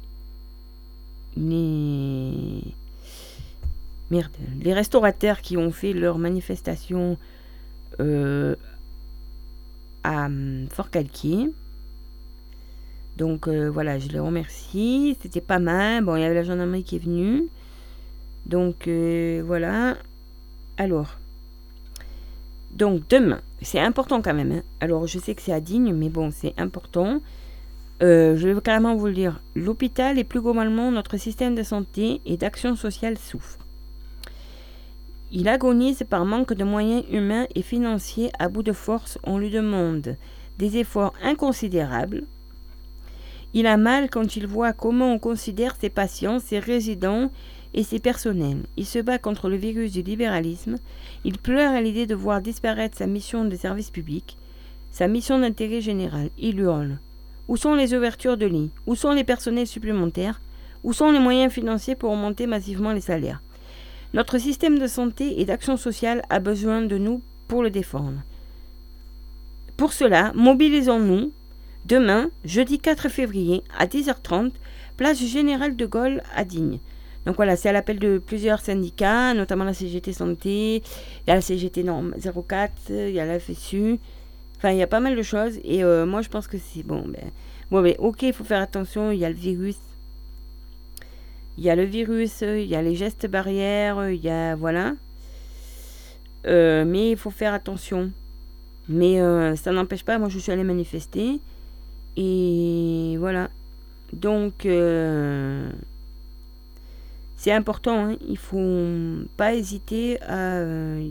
Les... Merde. Les restaurateurs qui ont fait leur manifestation... Euh... à Fort-Calquier. Donc euh, voilà, je les remercie. C'était pas mal. Bon, il y avait la gendarmerie qui est venue. Donc euh, voilà. Alors. Donc demain, c'est important quand même. Hein. Alors je sais que c'est à Digne, mais bon, c'est important. Euh, je vais carrément vous le dire. L'hôpital et plus globalement notre système de santé et d'action sociale souffre. Il agonise par manque de moyens humains et financiers à bout de force. On lui demande des efforts inconsidérables. Il a mal quand il voit comment on considère ses patients, ses résidents et ses personnels. Il se bat contre le virus du libéralisme. Il pleure à l'idée de voir disparaître sa mission de service public, sa mission d'intérêt général. Il hurle. Où sont les ouvertures de lits? Où sont les personnels supplémentaires? Où sont les moyens financiers pour augmenter massivement les salaires? Notre système de santé et d'action sociale a besoin de nous pour le défendre. Pour cela, mobilisons-nous demain, jeudi quatre février, à dix heures trente, place Général de Gaulle à Digne. Donc voilà, c'est à l'appel de plusieurs syndicats, notamment la C G T Santé, il y a la C G T Norme zéro quatre, il y a la F S U, enfin il y a pas mal de choses, et euh, moi je pense que c'est bon, ben, bon, ben ok, il faut faire attention, il y a le virus, il y a le virus, il y a les gestes barrières, il y a... Voilà. Euh, mais il faut faire attention. Mais euh, ça n'empêche pas, moi je suis allée manifester. Et voilà. Donc, euh, c'est important. Hein. Il faut pas hésiter à,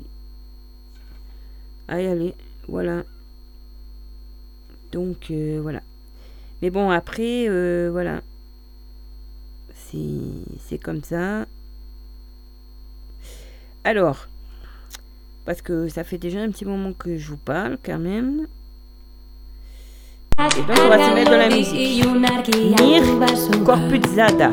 à y aller. Voilà. Donc, euh, voilà. Mais bon, après, euh, voilà. C'est comme ça. Alors, parce que ça fait déjà un petit moment que je vous parle quand même. Et donc on va se mettre dans la musique. Mir Corpuzzada.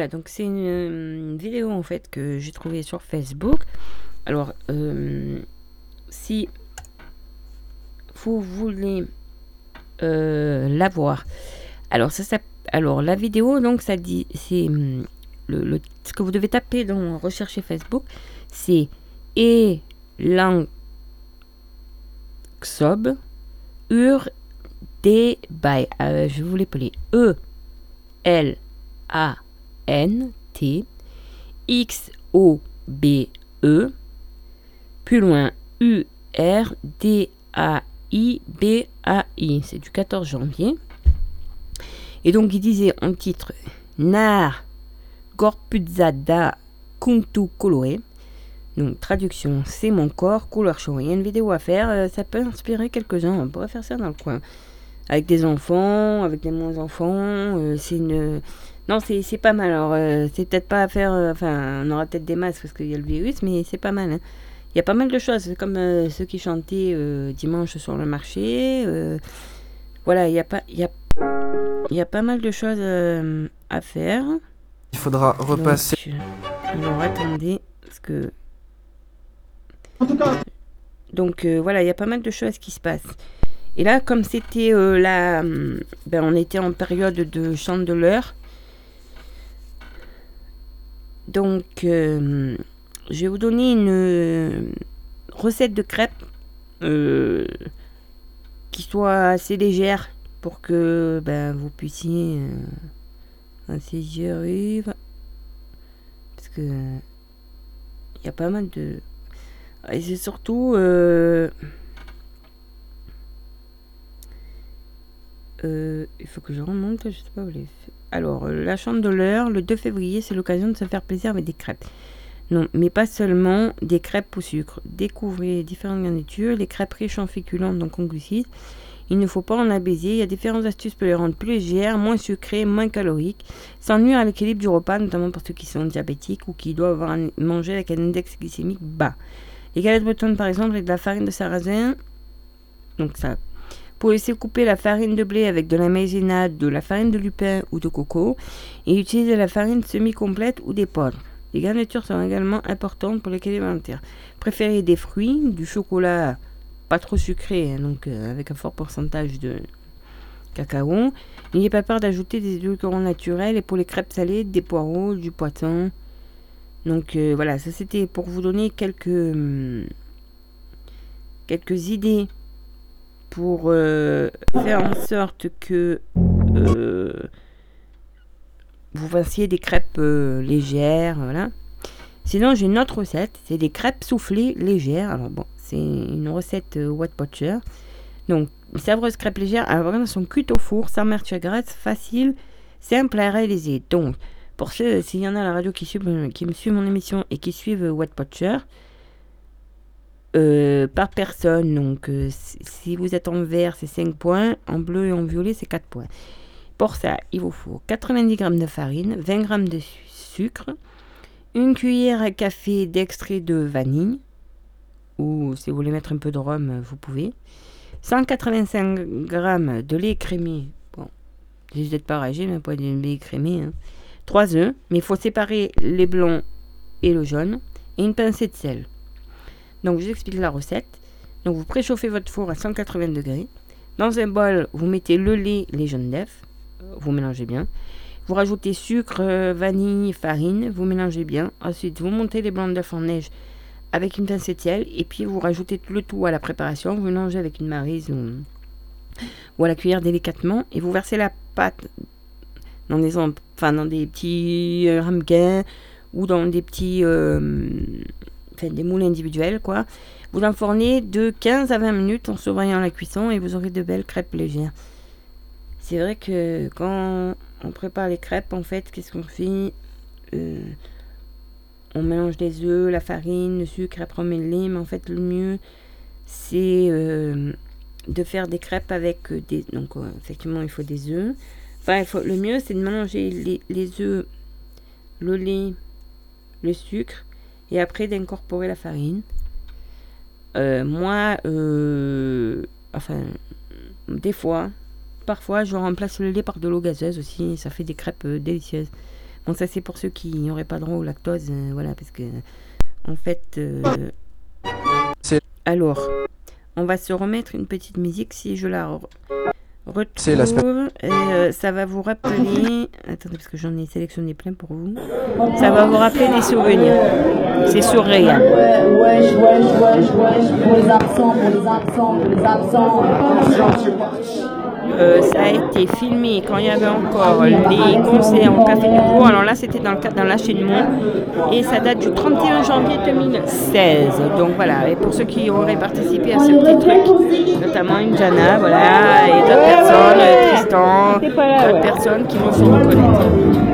voilà, donc c'est une, une vidéo en fait que j'ai trouvée sur Facebook. Alors, euh, si vous voulez euh, la voir, alors ça, ça, alors la vidéo, donc ça dit, c'est le, le, ce que vous devez taper dans rechercher Facebook, c'est Elan Xob Ur Des Bay. Euh, je vais vous l'épeler. E L A N T X O B E, plus loin U R D A I B A I. C'est du quatorze janvier. Et donc il disait en titre Nar Gorpuzada Kuntu Coloré. Donc traduction, c'est mon corps, couleur chaud. Il y a une vidéo à faire, euh, ça peut inspirer quelques-uns. On pourrait faire ça dans le coin. Avec des enfants, avec des moins enfants. Euh, c'est une... Non, c'est, c'est pas mal. Alors, euh, c'est peut-être pas à faire... euh, Enfin, on aura peut-être des masques parce qu'il y a le virus, mais c'est pas mal. Hein. Il y a pas mal de choses. C'est comme euh, ceux qui chantaient euh, dimanche sur le marché. Euh, voilà, il y a pas... Il y a, il y a pas mal de choses euh, à faire. Il faudra repasser. Donc, euh, alors, attendez, parce que... En tout cas, Donc euh, voilà, il y a pas mal de choses qui se passent. Et là, comme c'était euh, là, ben, on était en période de chandeleur. Donc, euh, je vais vous donner une euh, recette de crêpes euh, qui soit assez légère pour que ben, vous puissiez... Euh, si j'y arrive... Parce que... Il y a pas mal de... Et c'est surtout... Euh, euh, il faut que je remonte, je sais pas où les... Alors, euh, la chandeleur, le deux février, c'est l'occasion de se faire plaisir avec des crêpes. Non, mais pas seulement des crêpes au sucre. Découvrez différentes garnitures, les crêpes riches en féculents, donc en glucides. Il ne faut pas en abuser. Il y a différentes astuces pour les rendre plus légères, moins sucrées, moins caloriques, sans nuire à l'équilibre du repas, notamment pour ceux qui sont diabétiques ou qui doivent avoir un, manger avec un index glycémique bas. Les galettes bretonnes, par exemple, avec de la farine de sarrasin. Donc ça. Pour laisser couper la farine de blé avec de la maïzena, de la farine de lupin ou de coco, et utiliser la farine semi-complète ou des poudres. Les garnitures sont également importantes pour l'équilibre alimentaire. Préférez des fruits, du chocolat pas trop sucré, hein, donc euh, avec un fort pourcentage de cacao. N'ayez pas peur d'ajouter des édulcorants naturels, et pour les crêpes salées, des poireaux, du poisson. Donc euh, voilà, ça c'était pour vous donner quelques, hum, quelques idées pour euh, faire en sorte que euh, vous fassiez des crêpes euh, légères, voilà. Sinon, j'ai une autre recette, c'est des crêpes soufflées légères. Alors bon, c'est une recette euh, What Butcher. Donc, une savoureuse crêpe légère à avoir dans son cuite au four, sans matière grasse, facile, simple à réaliser. Donc, pour ceux, s'il y en a à la radio qui, suivent, qui me suivent mon émission et qui suivent euh, What Butcher, euh, par personne, donc euh, si vous êtes en vert, c'est cinq points, en bleu et en violet, c'est quatre points. Pour ça, il vous faut quatre-vingt-dix grammes de farine, vingt grammes de su- sucre, une cuillère à café d'extrait de vanille, ou si vous voulez mettre un peu de rhum, vous pouvez, cent quatre-vingt-cinq grammes de lait crémé, bon, vous n'êtes pas ragé, mais pas de lait crémé, hein. trois œufs, mais il faut séparer les blancs et le jaune, et une pincée de sel. Donc, je vous explique la recette. Donc, vous préchauffez votre four à cent quatre-vingts degrés. Dans un bol, vous mettez le lait, les jaunes d'œufs. Vous mélangez bien. Vous rajoutez sucre, vanille, farine. Vous mélangez bien. Ensuite, vous montez les blancs d'œufs en neige avec une pincée de sel. Et puis, vous rajoutez le tout à la préparation. Vous mélangez avec une maryse ou, ou à la cuillère délicatement. Et vous versez la pâte dans des, enfin, dans des petits euh, ramequins ou dans des petits... Euh, Enfin, des moules individuels, quoi. Vous enfournez de quinze à vingt minutes en surveillant la cuisson et vous aurez de belles crêpes légères. C'est vrai que quand on prépare les crêpes, en fait, qu'est-ce qu'on fait euh, On mélange les œufs, la farine, le sucre, après on met le lait, mais en fait, le mieux, c'est euh, de faire des crêpes avec des... Donc, euh, effectivement, il faut des œufs. Enfin, il faut, le mieux, c'est de mélanger les, les œufs, le lait, le sucre, et après d'incorporer la farine. Euh, moi, euh, enfin, des fois, parfois, je remplace le lait par de l'eau gazeuse aussi. Ça fait des crêpes euh, délicieuses. Bon, ça c'est pour ceux qui n'auraient pas droit au lactose, euh, voilà, parce que en fait, euh, alors, on va se remettre une petite musique si je la re retrouve, et euh, ça va vous rappeler, attendez parce que j'en ai sélectionné plein pour vous, ça va vous rappeler des souvenirs, c'est surréel. Ouais, wesh, wesh, wesh, wesh, pour les absents, pour les absents, pour les absents. Euh, ça a été filmé quand il y avait encore les concerts au Café du Cours. Alors là, c'était dans le cadre d'un l'Achènement. Et ça date du trente et un janvier deux mille seize. Donc voilà, et pour ceux qui auraient participé à ce petit truc, notamment Injana, voilà, et d'autres personnes, Tristan, d'autres personnes qui vont se reconnaître.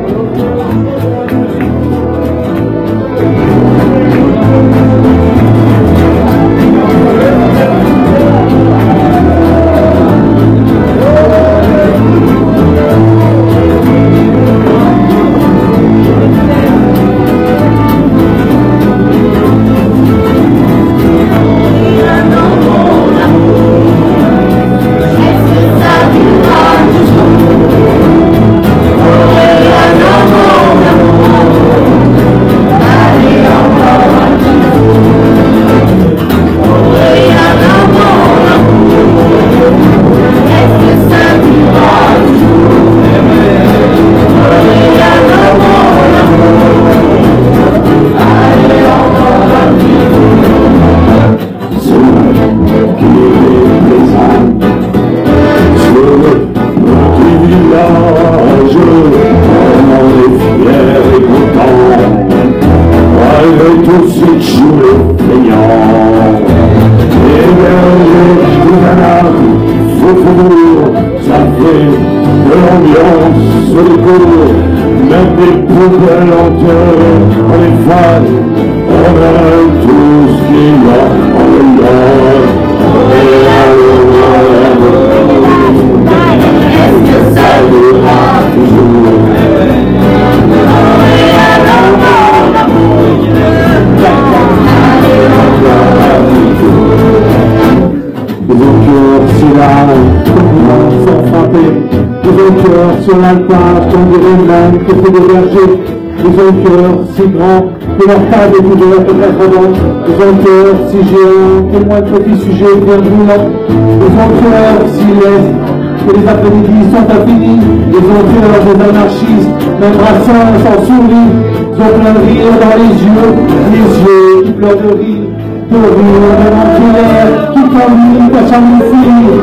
Sur l'alpage, on dirait même que c'est des bergers. Ils ont le cœur si grand que leur table est ouverte au quatre-vingts. Ils ont le cœur si géant que le moins petit sujet bien brûlant. Ils ont le cœur si laid que les après-midi sont infinis. Ils ont le cœur des anarchistes, même brassins sans souris. Ils ont plein de rire dans les yeux, les yeux qui pleurent de rire, de rire de l'encrière qui t'ennuie à chaque fille.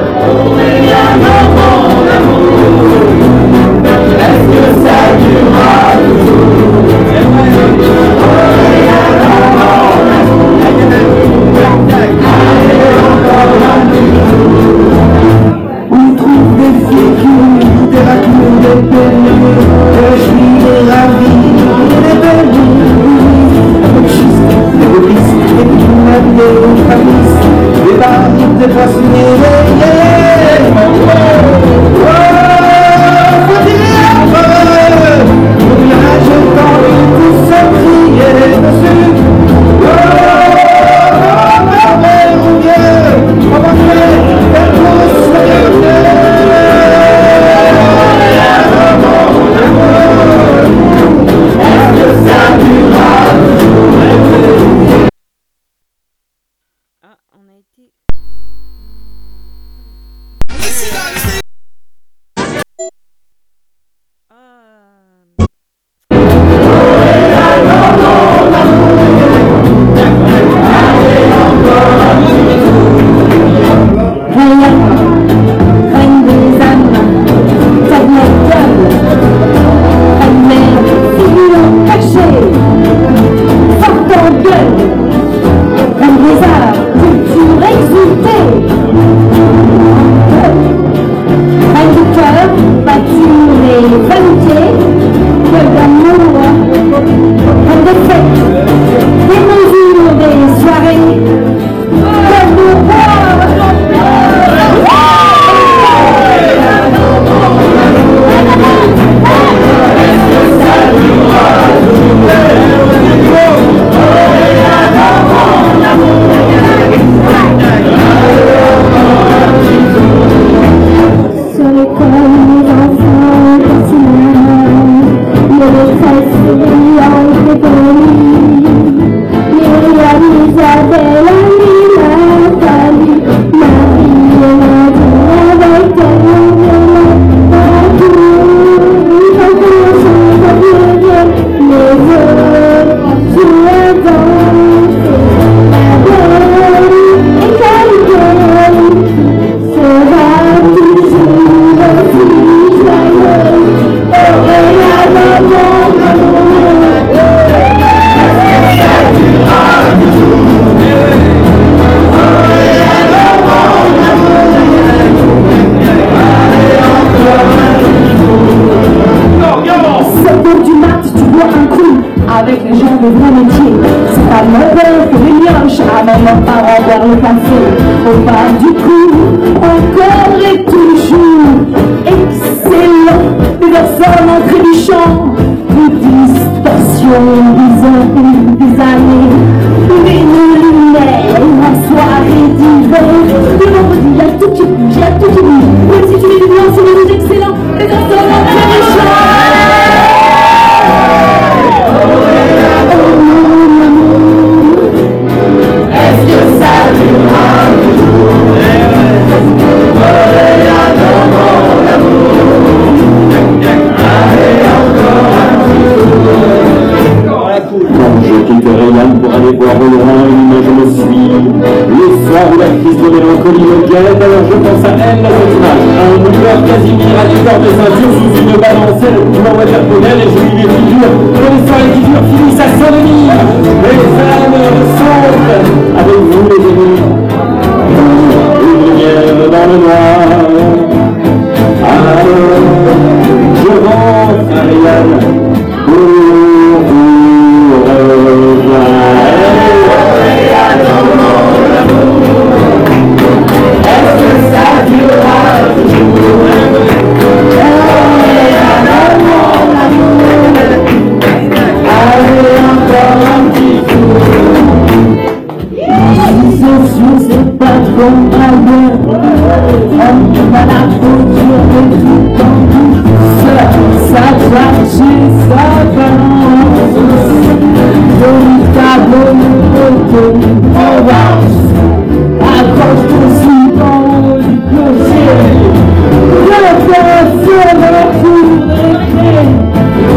Est-ce que ça durera toujours? On trouve des filles qui ont des raccoons, des pénibles, des chevilles, des ravis, des belles des schistes, des bolistes, des climates, des travistes, des barils, des poissonniers, avec les gens de vrais métiers. C'est à mon père que les mioches amènent leurs parents vers le café. Au bas du cou, encore et toujours, excellent, des personnes en trébuchant, des distorsions, des années, des années, des luminaires, en soirée d'hiver, le vendredi, il y a tout qui bouge, il y a tout qui bouge, même si tu mets du blanc, c'est des rouges excellents, des personnes en trébuchant. Est-ce que ça durera toujours? Regarde mon amour. Allez, encore un petit tour. Quand je quitterai l'âme pour aller voir au loin une je me suis. Le soir où la crise de mélancolie me guette, alors je pense à elle, à cette image. Un bouilleur Casimir à des cordes de ceinture sous une balancelle qui m'envoie japonais et je lis les figures. Que les soirées qui durent finissent à sodomie. Les âmes sombres, avec vous les amis. Une lumière dans le noir. Alors, je rentre à Ariane pour vous revoir. Est-ce que ça durera toujours? Allez, encore un petit tour. Les sociaux, c'est pas comme ailleurs. On va la photo de tout en douceur. Ça marche, ça balance. Joli tableau, photo, on va. Accroche ton suivant du clocher. Le père sera pour rêver.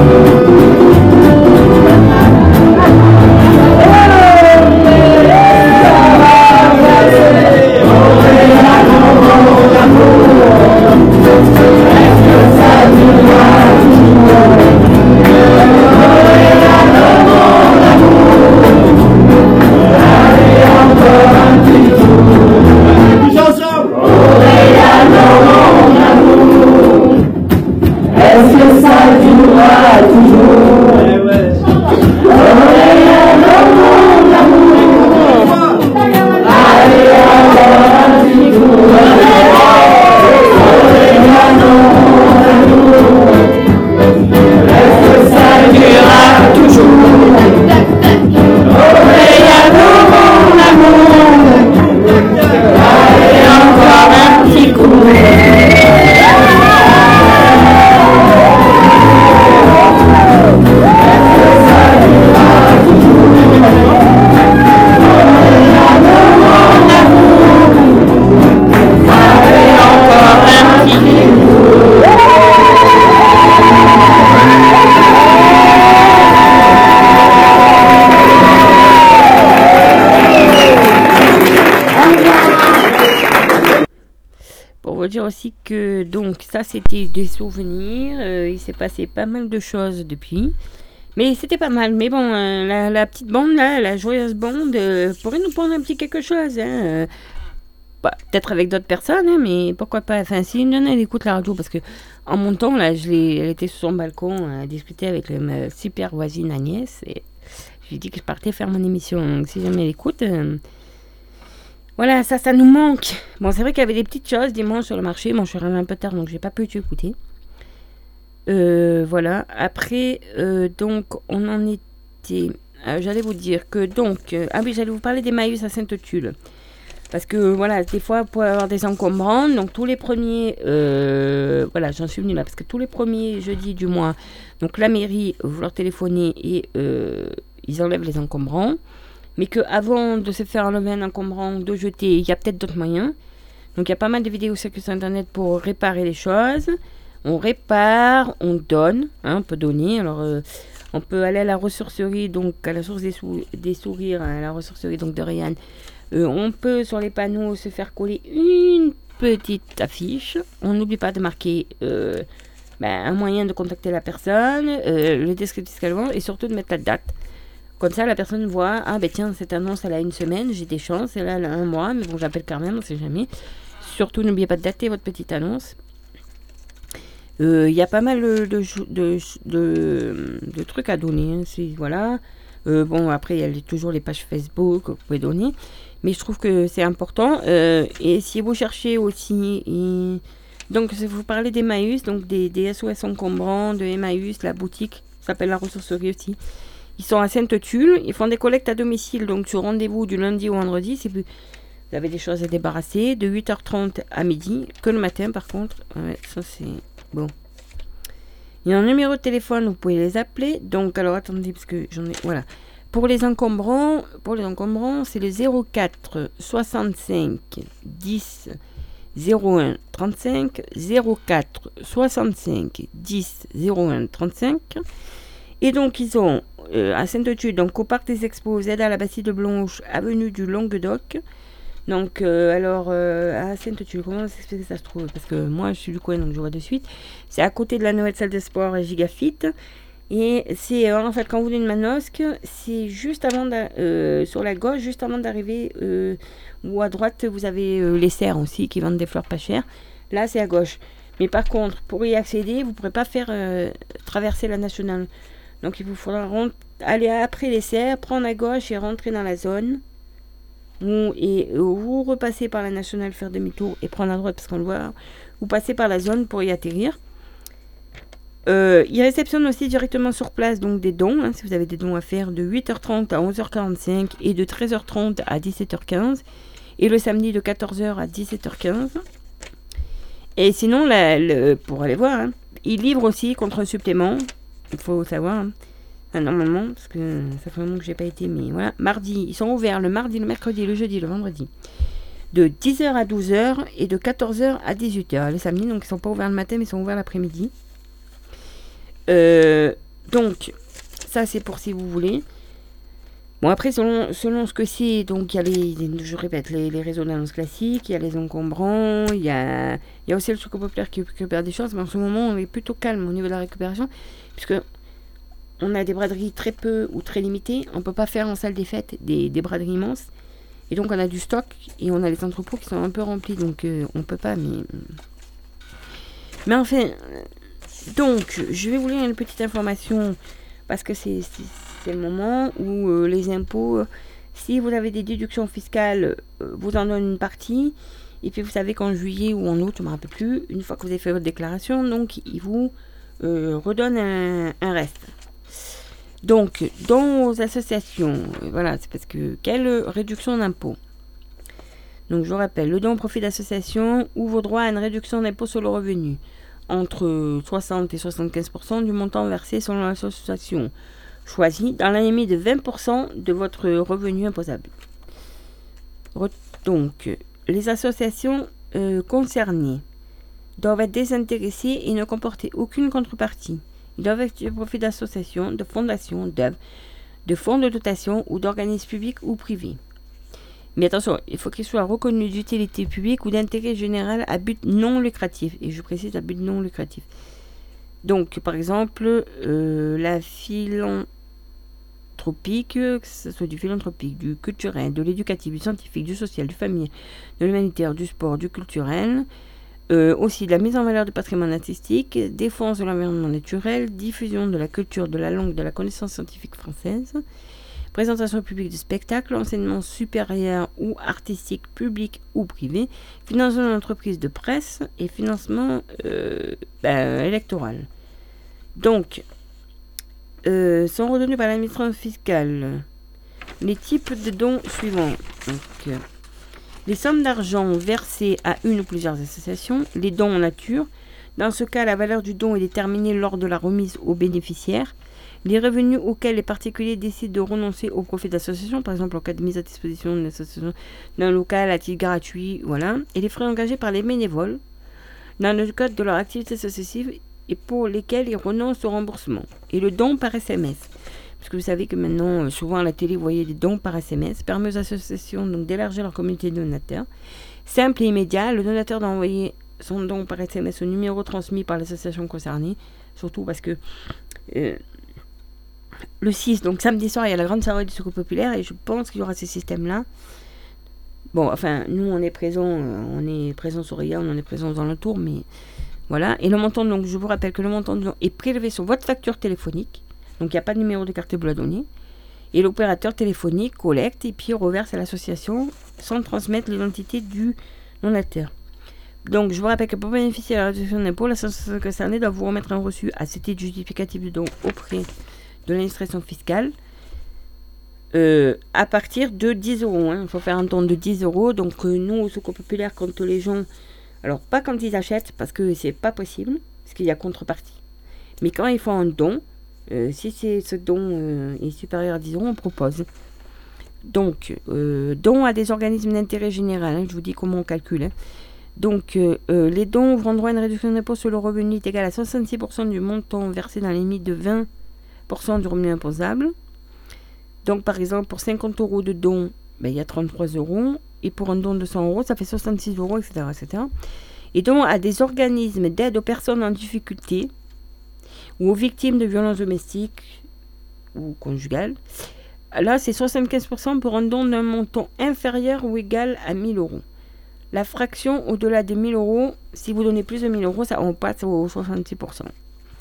Dire aussi que donc ça c'était des souvenirs, euh, il s'est passé pas mal de choses depuis, mais c'était pas mal. Mais bon, euh, la, la petite bande là, la joyeuse bande euh, pourrait nous prendre un petit quelque chose, hein, euh, bah, peut-être avec d'autres personnes, hein, mais pourquoi pas. Enfin, si une elle écoute la radio, parce que en montant là, je l'ai, elle était sur son balcon à discuter avec le, ma super voisine Agnès et je lui ai dit que je partais faire mon émission. Donc si jamais elle écoute. Euh, Voilà, ça, ça nous manque. Bon, c'est vrai qu'il y avait des petites choses dimanche sur le marché. Bon, je suis arrivée un peu tard, donc j'ai pas pu t'écouter. Euh, voilà. Après, euh, donc, on en était... Euh, j'allais vous dire que, donc... Euh, ah oui, j'allais vous parler des Maïus à Sainte-Tulle. Parce que, voilà, des fois, pour avoir des encombrants, donc tous les premiers... Euh, voilà, j'en suis venue là. Parce que tous les premiers jeudis du mois, donc la mairie, vous leur téléphonez et euh, ils enlèvent les encombrants. Mais qu'avant de se faire enlever un encombrant, de jeter, il y a peut-être d'autres moyens. Donc il y a pas mal de vidéos sur internet pour réparer les choses. On répare, on donne, hein, on peut donner. Alors euh, on peut aller à la ressourcerie, donc à la source des, sou- des sourires, à la ressourcerie donc de Rayanne. Euh, on peut sur les panneaux se faire coller une petite affiche. On n'oublie pas de marquer euh, ben, un moyen de contacter la personne, euh, le descriptif qu'elle vend et surtout de mettre la date. Comme ça, la personne voit, ah ben tiens, cette annonce, elle a une semaine, j'ai des chances, elle a un mois, mais bon, j'appelle quand même, on sait jamais. Surtout, n'oubliez pas de dater votre petite annonce. Il y a pas mal de, de, de, de, de trucs à donner. Hein. C'est, voilà. Euh, bon, après, il y a les, toujours les pages Facebook que vous pouvez donner. Mais je trouve que c'est important. Euh, et si vous cherchez aussi... Et... Donc, vous parlez d'Emmaüs, donc des, des S O S encombrants, de Emmaüs, la boutique, ça s'appelle la ressourcerie aussi. Ils sont à Sainte-Tulle, ils font des collectes à domicile, donc sur rendez-vous du lundi au vendredi. Si vous, vous avez des choses à débarrasser, de huit heures trente à midi, que le matin par contre. Ouais, ça c'est bon. Il y a un numéro de téléphone, vous pouvez les appeler. Donc, alors attendez, parce que j'en ai. Voilà. Pour les encombrants, pour les encombrants, c'est le zéro quatre soixante-cinq dix zéro un trente-cinq, zéro quatre soixante-cinq dix zéro un trente-cinq. Et donc, ils ont euh, à Sainte-Tulle, donc au Parc des Expos, Z à la Bastille de Blanche, avenue du Languedoc. Donc, euh, alors, euh, à Sainte-Tulle, comment ça, ça se trouve? Parce que moi, je suis du coin, donc je vois de suite. C'est à côté de la nouvelle salle de sport et Gigafit. Et c'est, euh, en fait, quand vous venez de Manosque, c'est juste avant, euh, sur la gauche, juste avant d'arriver, euh, ou à droite, vous avez euh, les serres aussi, qui vendent des fleurs pas chères. Là, c'est à gauche. Mais par contre, pour y accéder, vous ne pourrez pas faire euh, traverser la nationale. Donc, il vous faudra rent- aller après les serres, prendre à gauche et rentrer dans la zone. Où, et euh, vous repassez par la nationale, faire demi-tour et prendre à droite parce qu'on le voit. Vous passez par la zone pour y atterrir. Euh, ils réceptionnent aussi directement sur place donc des dons, hein, si vous avez des dons à faire, de huit heures trente à onze heures quarante-cinq et de treize heures trente à dix-sept heures quinze. Et le samedi de quatorze heures à dix-sept heures quinze. Et sinon, la, le, pour aller voir, hein, ils livrent aussi contre un supplément. Il faut savoir, hein, enfin, normalement, parce que ça fait un moment que j'ai pas été, mais voilà. Mardi, ils sont ouverts le mardi, le mercredi, le jeudi, le vendredi. De dix heures à douze heures et de quatorze heures à dix-huit heures. Les samedis, donc ils sont pas ouverts le matin, mais ils sont ouverts l'après-midi. Euh, donc, ça c'est pour si vous voulez. Bon, après, selon, selon ce que c'est, donc il y a les, je répète, les, les réseaux d'annonces classiques, il y a les encombrants, il y a, il y a aussi le Secours Populaire qui récupère des choses, mais en ce moment, on est plutôt calme au niveau de la récupération, puisque on a des braderies très peu ou très limitées, on ne peut pas faire en salle des fêtes des, des braderies immenses, et donc on a du stock, et on a les entrepôts qui sont un peu remplis, donc euh, on ne peut pas, mais... Mais enfin, donc, je vais vous lire une petite information, parce que c'est... c'est c'est le moment où euh, les impôts, euh, si vous avez des déductions fiscales, euh, vous en donnent une partie. Et puis vous savez qu'en juillet ou en août, je ne me rappelle plus, une fois que vous avez fait votre déclaration, donc ils vous euh, redonnent un, un reste. Donc, dans vos associations, euh, voilà, c'est parce que quelle réduction d'impôt? Donc je vous rappelle, le don au profit d'association ouvre droit à une réduction d'impôt sur le revenu entre soixante et soixante-quinze pour cent du montant versé selon l'association choisi dans la limite de vingt pour cent de votre revenu imposable. Donc, les associations euh, concernées doivent être désintéressées et ne comporter aucune contrepartie. Ils doivent être du profit d'associations, de fondations, d'œuvres, de fonds de dotation ou d'organismes publics ou privés. Mais attention, il faut qu'ils soient reconnus d'utilité publique ou d'intérêt général à but non lucratif. Et je précise à but non lucratif. Donc, par exemple, euh, la philanthropie, que ce soit du philanthropique, du culturel, de l'éducatif, du scientifique, du social, du familier, de l'humanitaire, du sport, du culturel, euh, aussi de la mise en valeur du patrimoine artistique, défense de l'environnement naturel, diffusion de la culture, de la langue, de la connaissance scientifique française, présentation publique de spectacles, enseignement supérieur ou artistique public ou privé, financement d'entreprises de presse et financement euh, ben, électoral. Donc, euh, sont redonnus par l'administration fiscale les types de dons suivants. Donc, euh, les sommes d'argent versées à une ou plusieurs associations, les dons en nature. Dans ce cas, la valeur du don est déterminée lors de la remise aux bénéficiaires. Les revenus auxquels les particuliers décident de renoncer au profit d'association, par exemple en cas de mise à disposition d'une association d'un local à titre gratuit, voilà. Et les frais engagés par les bénévoles dans le cadre de leur activité associative et pour lesquels ils renoncent au remboursement. Et le don par S M S. Parce que vous savez que maintenant, souvent à la télé, vous voyez des dons par S M S, permet aux associations donc d'élargir leur communauté de donateurs. Simple et immédiat, le donateur doit envoyer son don par S M S au numéro transmis par l'association concernée, surtout parce que euh, le six, donc samedi soir, il y a la grande soirée du Secours Populaire et je pense qu'il y aura ce système-là. Bon, enfin, nous, on est présents, euh, on est présents sur Ria, on est présents dans le tour, mais Voilà, et le montant, donc je vous rappelle que le montant de don est prélevé sur votre facture téléphonique, donc il n'y a pas de numéro de carte bleue à donner, et l'opérateur téléphonique collecte et puis reverse à l'association sans transmettre l'identité du donateur. Donc je vous rappelle que pour bénéficier de la réduction d'impôt, l'association concernée doit vous remettre un reçu à ce titre justificatif de don auprès de l'administration fiscale euh, à partir de dix euros. Hein. Il faut faire un don de dix euros, donc euh, nous au Secours Populaire, quand les gens... Alors, pas quand ils achètent, parce que c'est pas possible, parce qu'il y a contrepartie. Mais quand ils font un don, euh, si c'est ce don euh, est supérieur à dix euros, on propose. Donc, euh, don à des organismes d'intérêt général, hein, je vous dis comment on calcule. Hein. Donc, euh, euh, les dons ouvrant droit à une réduction d'impôt sur le revenu est égal à soixante-six pour cent du montant versé dans la limite de vingt pour cent du revenu imposable. Donc, par exemple, pour cinquante euros de don, ben, il y a trente-trois euros. Et pour un don de cent euros, ça fait soixante-six euros, et cetera, et cetera. Et donc, à des organismes d'aide aux personnes en difficulté ou aux victimes de violences domestiques ou conjugales, là, c'est soixante-quinze pour cent pour un don d'un montant inférieur ou égal à mille euros. La fraction au-delà de mille euros, si vous donnez plus de mille euros, ça, on passe au soixante-six pour cent.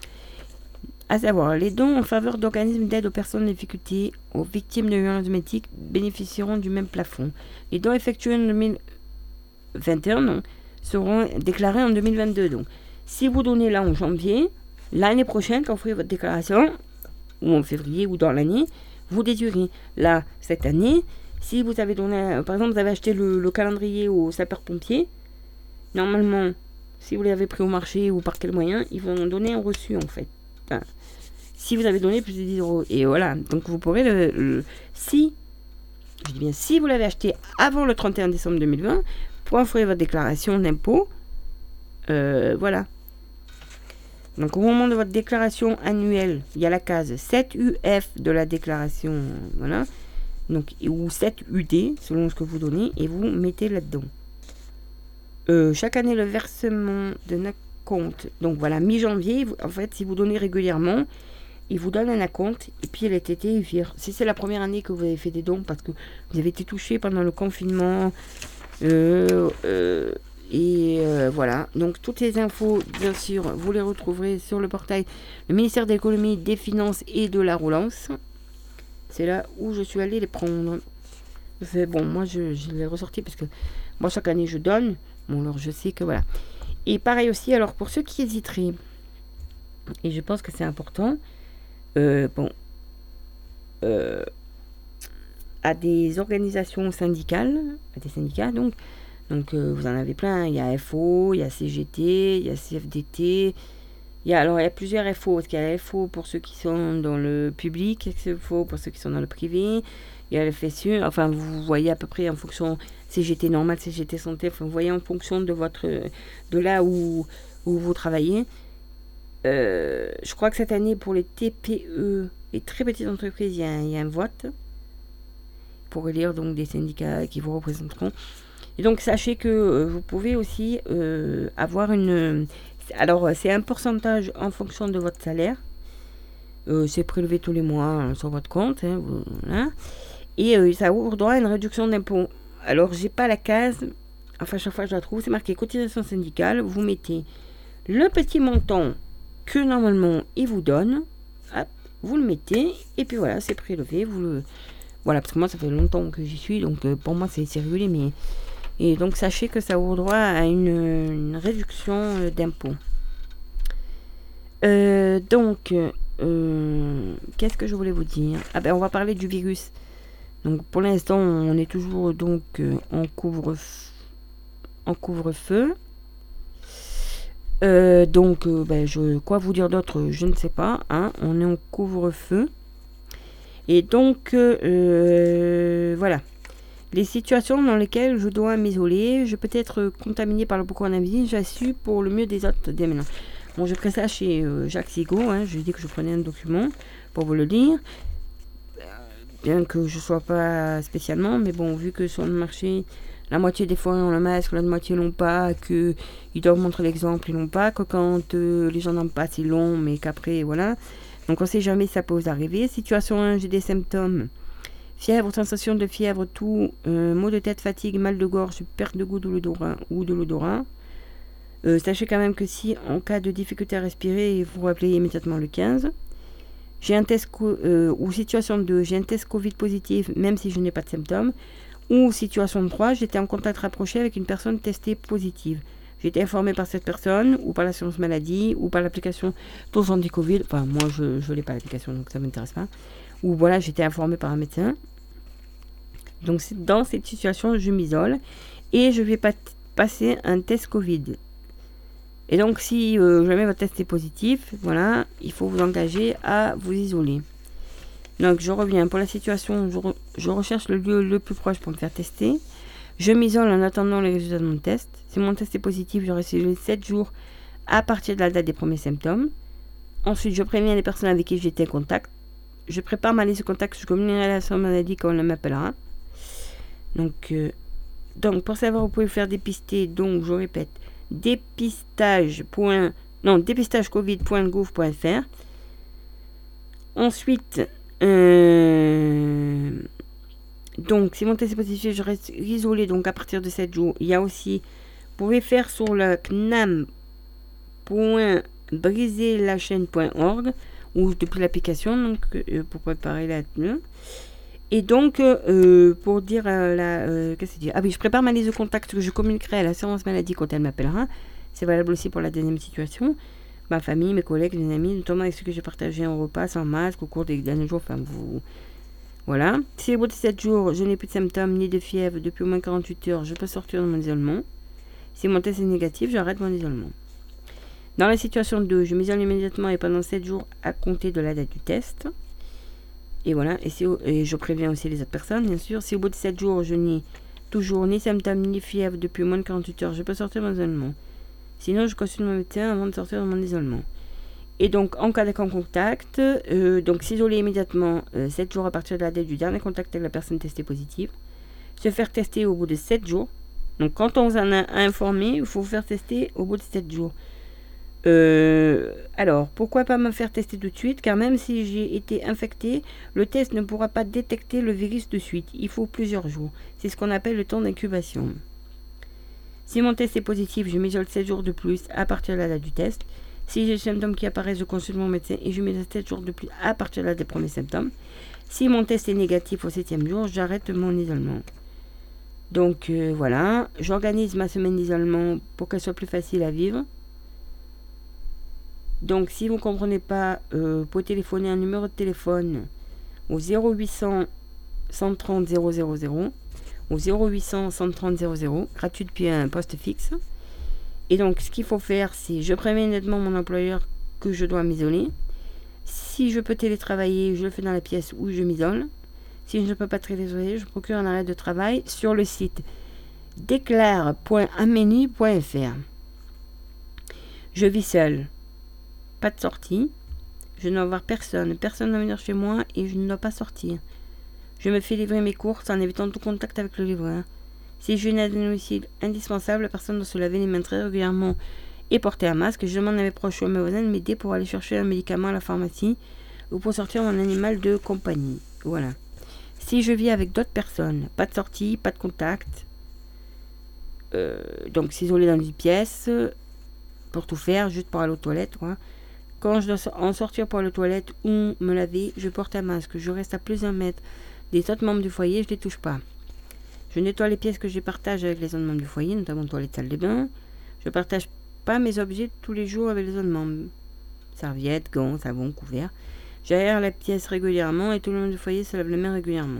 À savoir, les dons en faveur d'organismes d'aide aux personnes en difficulté, aux victimes de violences domestiques bénéficieront du même plafond. Les dons effectués en deux mille vingt et un donc, seront déclarés en deux mille vingt-deux. Donc, si vous donnez là en janvier, l'année prochaine, quand vous ferez votre déclaration, ou en février ou dans l'année, vous déduirez. Là, cette année, si vous avez donné, par exemple, vous avez acheté le, le calendrier au sapeur-pompier, normalement, si vous l'avez pris au marché ou par quel moyen, ils vont donner un reçu en fait. Enfin, si vous avez donné plus de dix euros. Et voilà, donc vous pourrez le, le si, je dis bien si vous l'avez acheté avant le trente et un décembre deux mille vingt, pour offrir votre déclaration d'impôt, euh, voilà. Donc au moment de votre déclaration annuelle, il y a la case sept U F de la déclaration, voilà, donc, ou sept U D, selon ce que vous donnez, et vous mettez là-dedans. Euh, chaque année, le versement de notre compte, donc voilà, mi-janvier, en fait, si vous donnez régulièrement, il vous donne un acompte, et puis l'été, il vire. Si c'est la première année que vous avez fait des dons, parce que vous avez été touché pendant le confinement, euh, euh, et euh, voilà. Donc, toutes les infos, bien sûr, vous les retrouverez sur le portail du ministère de l'économie, des finances et de la relance. C'est là où je suis allée les prendre. C'est bon, moi, je, je les ai ressortis, parce que moi, chaque année, je donne. Bon, alors, je sais que voilà. Et pareil aussi, alors, pour ceux qui hésiteraient, et je pense que c'est important, Euh, bon, euh, à des organisations syndicales, à des syndicats donc, donc euh, vous en avez plein, il y a F O, il y a C G T, il y a C F D T, il y a, alors il y a plusieurs F O, parce qu'il y a la F O pour ceux qui sont dans le public, il y a F O pour ceux qui sont dans le privé, il y a le F S U, enfin vous voyez à peu près en fonction, C G T normal, C G T santé, enfin, vous voyez en fonction de votre, de là où, où vous travaillez. Euh, je crois que cette année, pour les T P E, les très petites entreprises, il y a un, il y a un vote pour élire donc des syndicats qui vous représenteront. Et donc, sachez que euh, vous pouvez aussi euh, avoir une... Alors, c'est un pourcentage en fonction de votre salaire. Euh, c'est prélevé tous les mois hein, sur votre compte. Hein, voilà. Et euh, ça ouvre droit à une réduction d'impôt. Alors, j'ai pas la case. Enfin, chaque fois je la trouve, c'est marqué cotisation syndicale. Vous mettez le petit montant que normalement il vous donne, hop, vous le mettez, et puis voilà, c'est prélevé, vous le... Voilà, parce que moi ça fait longtemps que j'y suis, donc euh, pour moi c'est, c'est régulier, mais... Et donc sachez que ça ouvre droit à une, une réduction euh, d'impôt. Euh, donc, euh, qu'est-ce que je voulais vous dire? Ah ben on va parler du virus. Donc pour l'instant on est toujours donc euh, en couvre-feu. En couvre-feu. Euh, donc, euh, ben, je, quoi vous dire d'autre, je ne sais pas. Hein, on est en couvre-feu. Et donc, euh, voilà. Les situations dans lesquelles je dois m'isoler, je peux être contaminé par le coronavirus, j'assure pour le mieux des autres dès maintenant. Bon, je ferai ça chez euh, Jacques Sigaud. Hein, je lui ai dit que je prenais un document pour vous le lire. Bien que je ne sois pas spécialement, mais bon, vu que sur le marché... La moitié des fois ont le masque, la moitié l'ont pas, qu'ils doivent montrer l'exemple, ils l'ont pas, que quand euh, les gens n'en passent, ils l'ont, mais qu'après, voilà. Donc on sait jamais, ça peut vous arriver. Situation un, j'ai des symptômes. Fièvre, sensation de fièvre, tout, euh, maux de tête, fatigue, mal de gorge, perte de goût de l'odorat ou de l'odorat. Euh, sachez quand même que si en cas de difficulté à respirer, vous rappelez immédiatement le quinze. J'ai un test co- euh, ou situation deux, j'ai un test Covid positif même si je n'ai pas de symptômes. Ou situation trois, j'étais en contact rapproché avec une personne testée positive. J'ai été informé par cette personne ou par l'assurance maladie ou par l'application Tous Anti-Covid. Enfin, moi je ne l'ai pas l'application donc ça ne m'intéresse pas. Ou voilà, j'ai été informé par un médecin. Donc c'est dans cette situation, je m'isole et je vais pas t- passer un test Covid. Et donc, si euh, jamais votre test est positif, voilà, il faut vous engager à vous isoler. Donc, je reviens. Pour la situation, je, re- je recherche le lieu le plus proche pour me faire tester. Je m'isole en attendant les résultats de mon test. Si mon test est positif, je reste isolé sept jours à partir de la date des premiers symptômes. Ensuite, je préviens les personnes avec qui j'étais en contact. Je prépare ma liste de contacts. Je communiquerai à la maladie quand on m'appellera. Donc, euh, donc, pour savoir, vous pouvez vous faire dépister. Donc, je répète. dépistage. Non, dépistage covid point gouv point f r. Ensuite, euh, donc, si mon test est positif, je reste isolé. Donc, à partir de sept jours, il y a aussi, vous pouvez faire sur le cnam point briser la chaîne point org ou depuis l'application, donc, euh, pour préparer la tenue. Et donc, euh, pour dire euh, la... Euh, qu'est-ce que c'est dire Ah oui, je prépare ma liste de contacts que je communiquerai à l'assurance maladie quand elle m'appellera. C'est valable aussi pour la deuxième situation. Ma famille, mes collègues, mes amis, notamment avec ceux que j'ai partagé un repas sans masque au cours des derniers jours. Enfin, vous... Voilà. Si au bout de sept jours, je n'ai plus de symptômes ni de fièvre depuis au moins quarante-huit heures, je peux sortir de mon isolement. Si mon test est négatif, j'arrête mon isolement. Dans la situation deux, je m'isole immédiatement et pendant sept jours à compter de la date du test. Et voilà, et, si, et je préviens aussi les autres personnes, bien sûr. Si au bout de sept jours, je n'ai toujours ni symptômes ni fièvre depuis moins de quarante-huit heures, je peux sortir de mon isolement. Sinon, je consulte mon médecin avant de sortir de mon isolement. Et donc, en cas de contact, euh, donc s'isoler immédiatement euh, sept jours à partir de la date du dernier contact avec la personne testée positive. Se faire tester au bout de sept jours. Donc, quand on vous en a informé, il faut vous faire tester au bout de sept jours. Euh, alors, pourquoi pas me faire tester tout de suite? Car même si j'ai été infecté, le test ne pourra pas détecter le virus de suite. Il faut plusieurs jours. C'est ce qu'on appelle le temps d'incubation. Si mon test est positif, je m'isole sept jours de plus à partir de la date du test. Si j'ai des symptômes qui apparaissent, je consulte mon médecin et je m'isole sept jours de plus à partir de la date des premiers symptômes. Si mon test est négatif au septième jour, j'arrête mon isolement. Donc euh, voilà, j'organise ma semaine d'isolement pour qu'elle soit plus facile à vivre. Donc, si vous ne comprenez pas, euh, vous pouvez téléphoner un numéro de téléphone au zéro huit cents cent trente zéro zéro zéro au zéro huit cents cent trente zéro zéro, gratuit depuis un poste fixe. Et donc, ce qu'il faut faire, c'est je préviens nettement mon employeur que je dois m'isoler. Si je peux télétravailler, je le fais dans la pièce où je m'isole. Si je ne peux pas télétravailler, je procure un arrêt de travail sur le site déclare point ameni point f r. Je vis seul. Pas de sortie, je ne dois voir personne, personne ne va venir chez moi et je ne dois pas sortir. Je me fais livrer mes courses en évitant tout contact avec le livreur. Si j'ai une aide à domicile indispensable, la personne doit se laver les mains très régulièrement et porter un masque. Je demande à mes proches ou à mes voisins de m'aider pour aller chercher un médicament à la pharmacie ou pour sortir mon animal de compagnie. Voilà. Si je vis avec d'autres personnes, pas de sortie, pas de contact, euh, donc s'isoler dans une pièce pour tout faire, juste pour aller aux toilettes, quoi. Quand je dois en sortir pour aller aux toilettes ou me laver, je porte un masque. Je reste à plus d'un mètre des autres membres du foyer, je ne les touche pas. Je nettoie les pièces que je partage avec les autres membres du foyer, notamment toilette, salle de bain. Je ne partage pas mes objets tous les jours avec les autres membres. Serviettes, gants, savon, couverts. J'aère la pièce régulièrement et tout le monde du foyer se lave les mains régulièrement.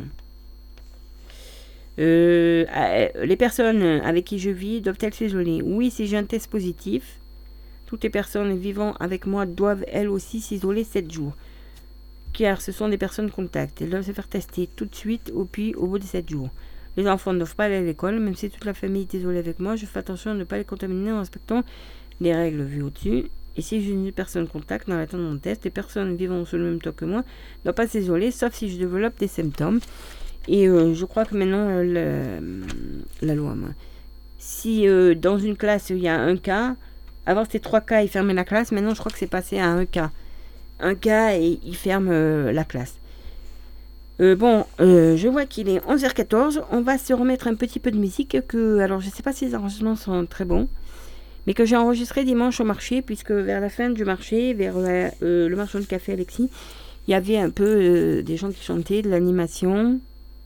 Euh, les personnes avec qui je vis doivent-elles s'isoler? Oui, si j'ai un test positif. Toutes les personnes vivant avec moi doivent elles aussi s'isoler sept jours. Car ce sont des personnes contacts. Elles doivent se faire tester tout de suite ou puis au bout de sept jours. Les enfants ne doivent pas aller à l'école, même si toute la famille est isolée avec moi. Je fais attention à ne pas les contaminer en respectant les règles vues au-dessus. Et si j'ai une personne contact dans l'attente de mon test, les personnes vivant sur le même toit que moi ne doivent pas s'isoler, sauf si je développe des symptômes. Et euh, je crois que maintenant, euh, le, la loi, moi, si euh, dans une classe il y a un cas, avant c'était trois cas, ils fermaient la classe. Maintenant, je crois que c'est passé à un cas. Un cas et ils ferment euh, la classe. Euh, bon, euh, je vois qu'il est onze heures quatorze. On va se remettre un petit peu de musique. Que, alors, je ne sais pas si les arrangements sont très bons. mais que j'ai enregistré dimanche au marché, puisque vers la fin du marché, vers la, euh, le marchand de café Alexis, il y avait un peu euh, des gens qui chantaient, de l'animation.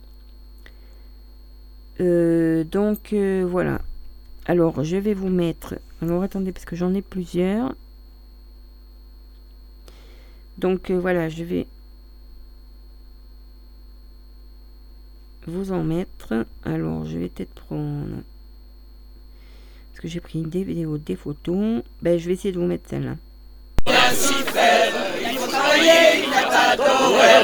Euh, donc euh, voilà. Alors je vais vous mettre. Alors attendez, parce que j'en ai plusieurs. Donc euh, voilà, je vais vous en mettre. Alors je vais peut-être prendre. Parce que j'ai pris des vidéos, des photos. Ben je vais essayer de vous mettre celle-là. Ainsi faire, il faut travailler, il n'a pas d'horaire.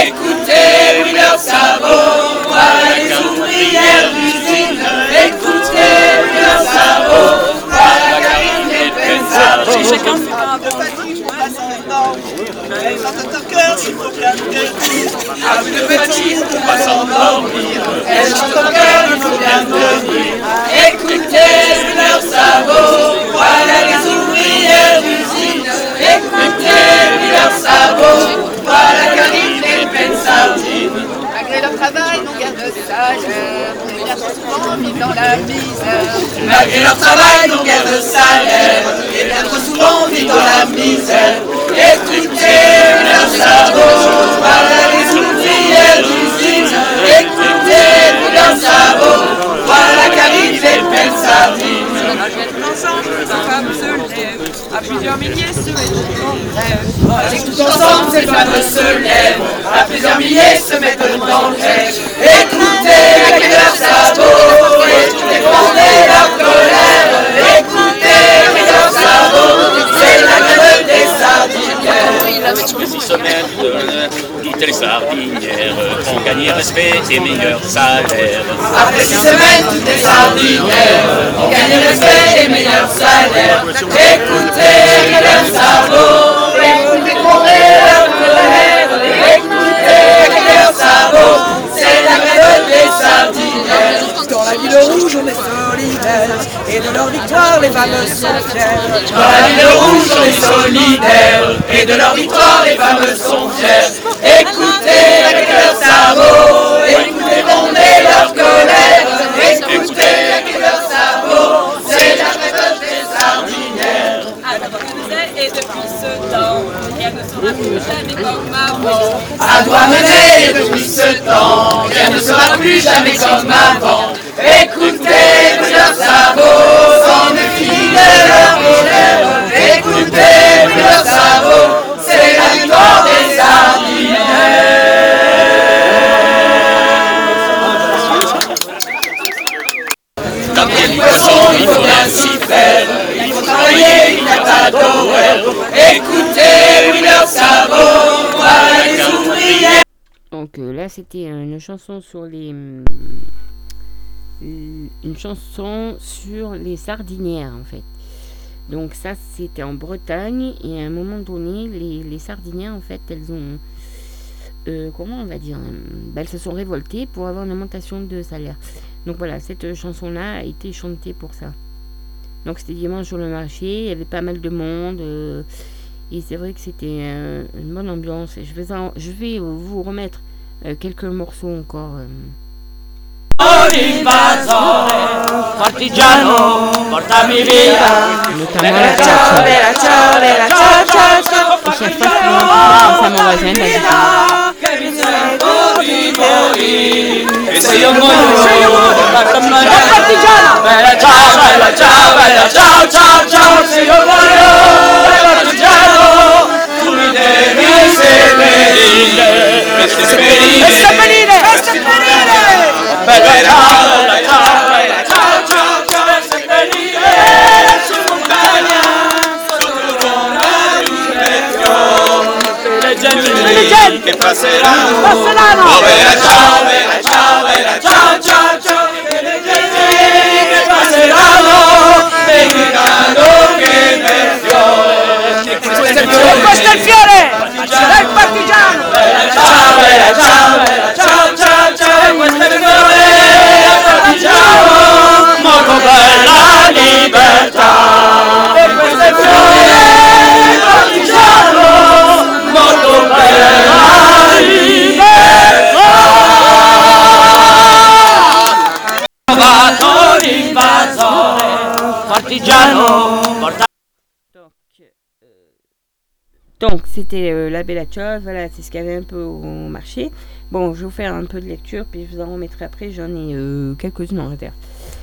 Écoutez, Wheeler Sabot, voilà les ouvrières d'usine. Écoutez, Wheeler Sabot, voilà Karine et Pensard. Si chacun fait un peu fatigue, on passe en norme. Les chantent au cœur, s'il faut bien nous dire. À bout de fatigue, on va s'endormir. Elles chantent au cœur, il faut bien nous dire. Écoutez, Wheeler Sabot, voilà les ouvrières d'usine. Écoutez, Wheeler Sabot, voilà Karine et Pensardine. Malgré leur travail, non guère de salaire, et bien trop souvent vivent dans la misère. Malgré leur travail, non guère de salaire, et bien trop souvent vivent dans la misère. Écoutez, Wheeler Sabot, voilà les ouvrières d'usine. Écoutez, Wheeler Sabot, voilà Karine et Pensardine. Ensemble, ces femmes se lèvent, à plusieurs milliers se mettent en grève. Avec tout ensemble, ces femmes se lèvent, à plusieurs milliers se mettent en grève. Écoutez, Wheeler Sabot, écoutez, grondez leur colère. Écoutez, Wheeler Sabot, c'est la grève des sardinières. Les six semaines de dites les sardinières ont gagné respect et meilleurs salaires. Après six semaines, toutes les sardinières ont gagné respect et meilleurs salaires. Écoutez, Wheeler Sabot, écoutez, grondez leur colère. Écoutez, Wheeler Sabot, c'est la grève des sardinières. Dans la ville rouge, on est solidaires, et de leur victoire, les femmes sont fières. Dans la ville rouge, on est solidaires, et de leur victoire, les femmes sont fières. Écoutez, Wheeler Sabot, écoutez, grondez leur colère. Écoutez, Wheeler Sabot, c'est la grève des sardinières. Et depuis ce temps, rien ne sera plus jamais comme avant. À doigt mener, et depuis ce temps, rien ne sera plus jamais comme avant. Écoutez, Wheeler Sabot, c'en est fini de leur colère. Écoutez, Wheeler Sabot, c'est la victoire des sardinières. Comme bien du poisson, il faut bien s'y faire. Il faut travailler, il n'y a pas d'horaire. Écoutez, Wheeler Sabot, voilà les ouvrières. Donc euh, là c'était euh, une chanson sur les hum, une chanson sur les sardinières en fait. Donc ça c'était en Bretagne et à un moment donné les, les sardinières en fait elles ont euh, comment on va dire euh, ben, elles se sont révoltées pour avoir une augmentation de salaire. Donc voilà, cette chanson là a été chantée pour ça. Donc c'était dimanche sur le marché, il y avait pas mal de monde euh, et c'est vrai que c'était euh, une bonne ambiance. Je vais, en, je vais vous remettre euh, quelques morceaux encore. Euh. Partigiano, portami via. Notamment la ciao, bella ciao, bella ciao, ciao, ciao. Et chaque fois que je pensa mon voisin, Che mi sento di morire. E se io muoio, se io muoio, partigiano. Bella ciao, bella ciao, bella ciao, ciao, ciao. Se io muoio, partigiano, tu mi devi seppellire. E seppellire, e seppellire, e seppellire. Bella ciao, bella ciao, bella ciao, ciao, ciao. E seppellire su montagna, sotto l'ombra di un vecchio. Le gente che passeranno, passeranno. Oh, bella ciao, bella ciao, bella ciao, ciao, ciao. E le gente che passeranno, e gridando che bel fiore. E questo è il fiore, questo è il fiore del partigiano. Bella ciao, bella ciao, bella ciao, ciao, ciao. E questo è il fiore del partigiano, molto bella libertà. E questo è il fiore del partigiano, molto bella libertà. Donc, c'était euh, la belle chose. Voilà, c'est ce qu'il y avait un peu au marché. Bon, je vais vous faire un peu de lecture, puis je vous en remettrai après. J'en ai euh, quelques-unes en retard.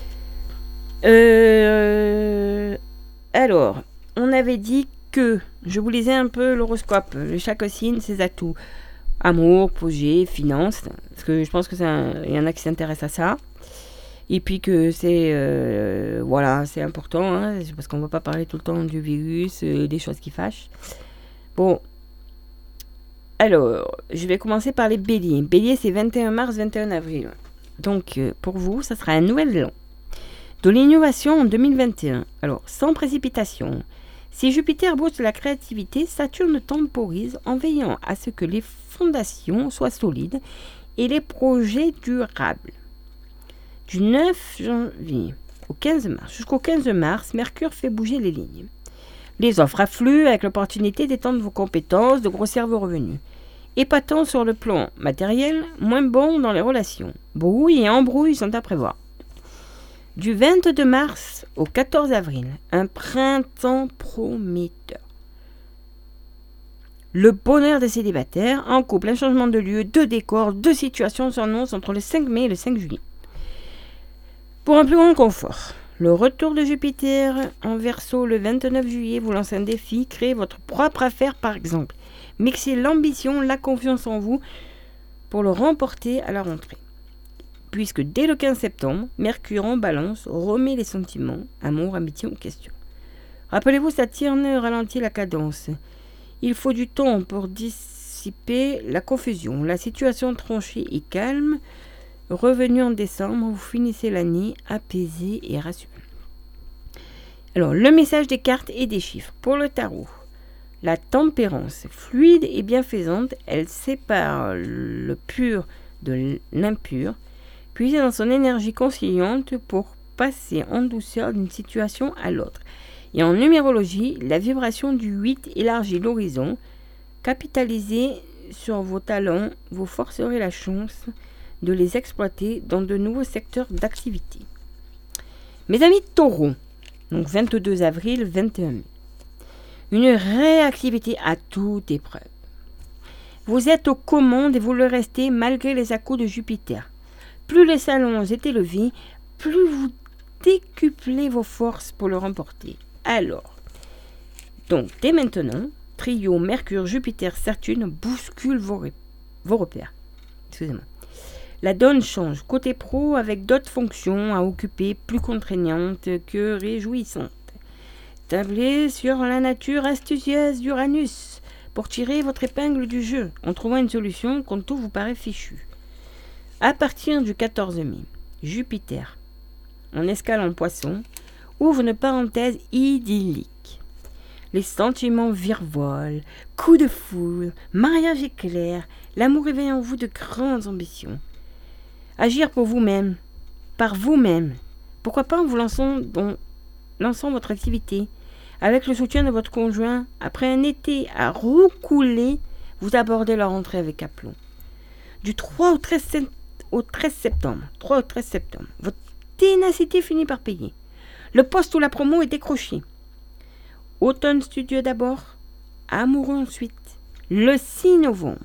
Euh, alors, on avait dit que je vous lisais un peu l'horoscope. Chaque signe, ses atouts. Amour, projet, finance. Parce que je pense que il y en a qui s'intéressent à ça. Et puis que c'est euh, voilà, c'est important, hein, parce qu'on ne va pas parler tout le temps du virus, euh, des choses qui fâchent. Bon, alors, je vais commencer par les béliers. Bélier, c'est vingt et un mars, vingt et un avril. Donc, euh, pour vous, ça sera un nouvel an. De l'innovation en deux mille vingt et un. Alors, sans précipitation. Si Jupiter booste la créativité, Saturne temporise en veillant à ce que les fondations soient solides et les projets durables. Du neuf janvier au quinze mars, jusqu'au quinze mars, Mercure fait bouger les lignes. Les offres affluent avec l'opportunité d'étendre vos compétences, de grossir vos revenus. Épatant sur le plan matériel, moins bon dans les relations. Brouille et embrouille sont à prévoir. Du vingt-deux mars au quatorze avril, un printemps prometteur. Le bonheur des célibataires, en couple, un changement de lieu, de décor, de situation s'annoncent entre le cinq mai et le cinq juillet. Pour un plus grand confort, le retour de Jupiter en Verseau le vingt-neuf juillet vous lance un défi, créez votre propre affaire par exemple. Mixez l'ambition, la confiance en vous pour le remporter à la rentrée. Puisque dès le quinze septembre, Mercure en Balance remet les sentiments, amour, amitié en question. Rappelez-vous, Saturne ralentit la cadence. Il faut du temps pour dissiper la confusion. La situation tranchée et calme. Revenu en décembre, vous finissez l'année apaisé et rassuré. Alors, le message des cartes et des chiffres. Pour le tarot, la tempérance, fluide et bienfaisante, elle sépare le pur de l'impur, puisée dans son énergie conciliante pour passer en douceur d'une situation à l'autre. Et en numérologie, la vibration du huit élargit l'horizon. Capitalisez sur vos talents, vous forcerez la chance de les exploiter dans de nouveaux secteurs d'activité. Mes amis taureaux, donc vingt-deux avril, vingt et un mai. Une réactivité à toute épreuve. Vous êtes aux commandes et vous le restez malgré les à-coups de Jupiter. Plus les salons est élevé, plus vous décuplez vos forces pour le remporter. Alors, donc dès maintenant, trio Mercure, Jupiter, Saturne bouscule vos, ré- vos repères. Excusez-moi. La donne change côté pro avec d'autres fonctions à occuper plus contraignantes que réjouissantes. Tablez sur la nature astucieuse d'Uranus pour tirer votre épingle du jeu en trouvant une solution quand tout vous paraît fichu. À partir du quatorze mai, Jupiter, en escale en Poisson, ouvre une parenthèse idyllique. Les sentiments virevolent, coups de foudre, mariage éclair, l'amour éveille en vous de grandes ambitions. Agir pour vous-même, par vous-même. Pourquoi pas en vous lançant, dans, lançant votre activité. Avec le soutien de votre conjoint, après un été à roucouler, vous abordez la rentrée avec aplomb. Du trois au treize, au treize septembre, trois au treize septembre, votre ténacité finit par payer. Le poste ou la promo est décroché. Automne studieux d'abord, amoureux ensuite. Le six novembre,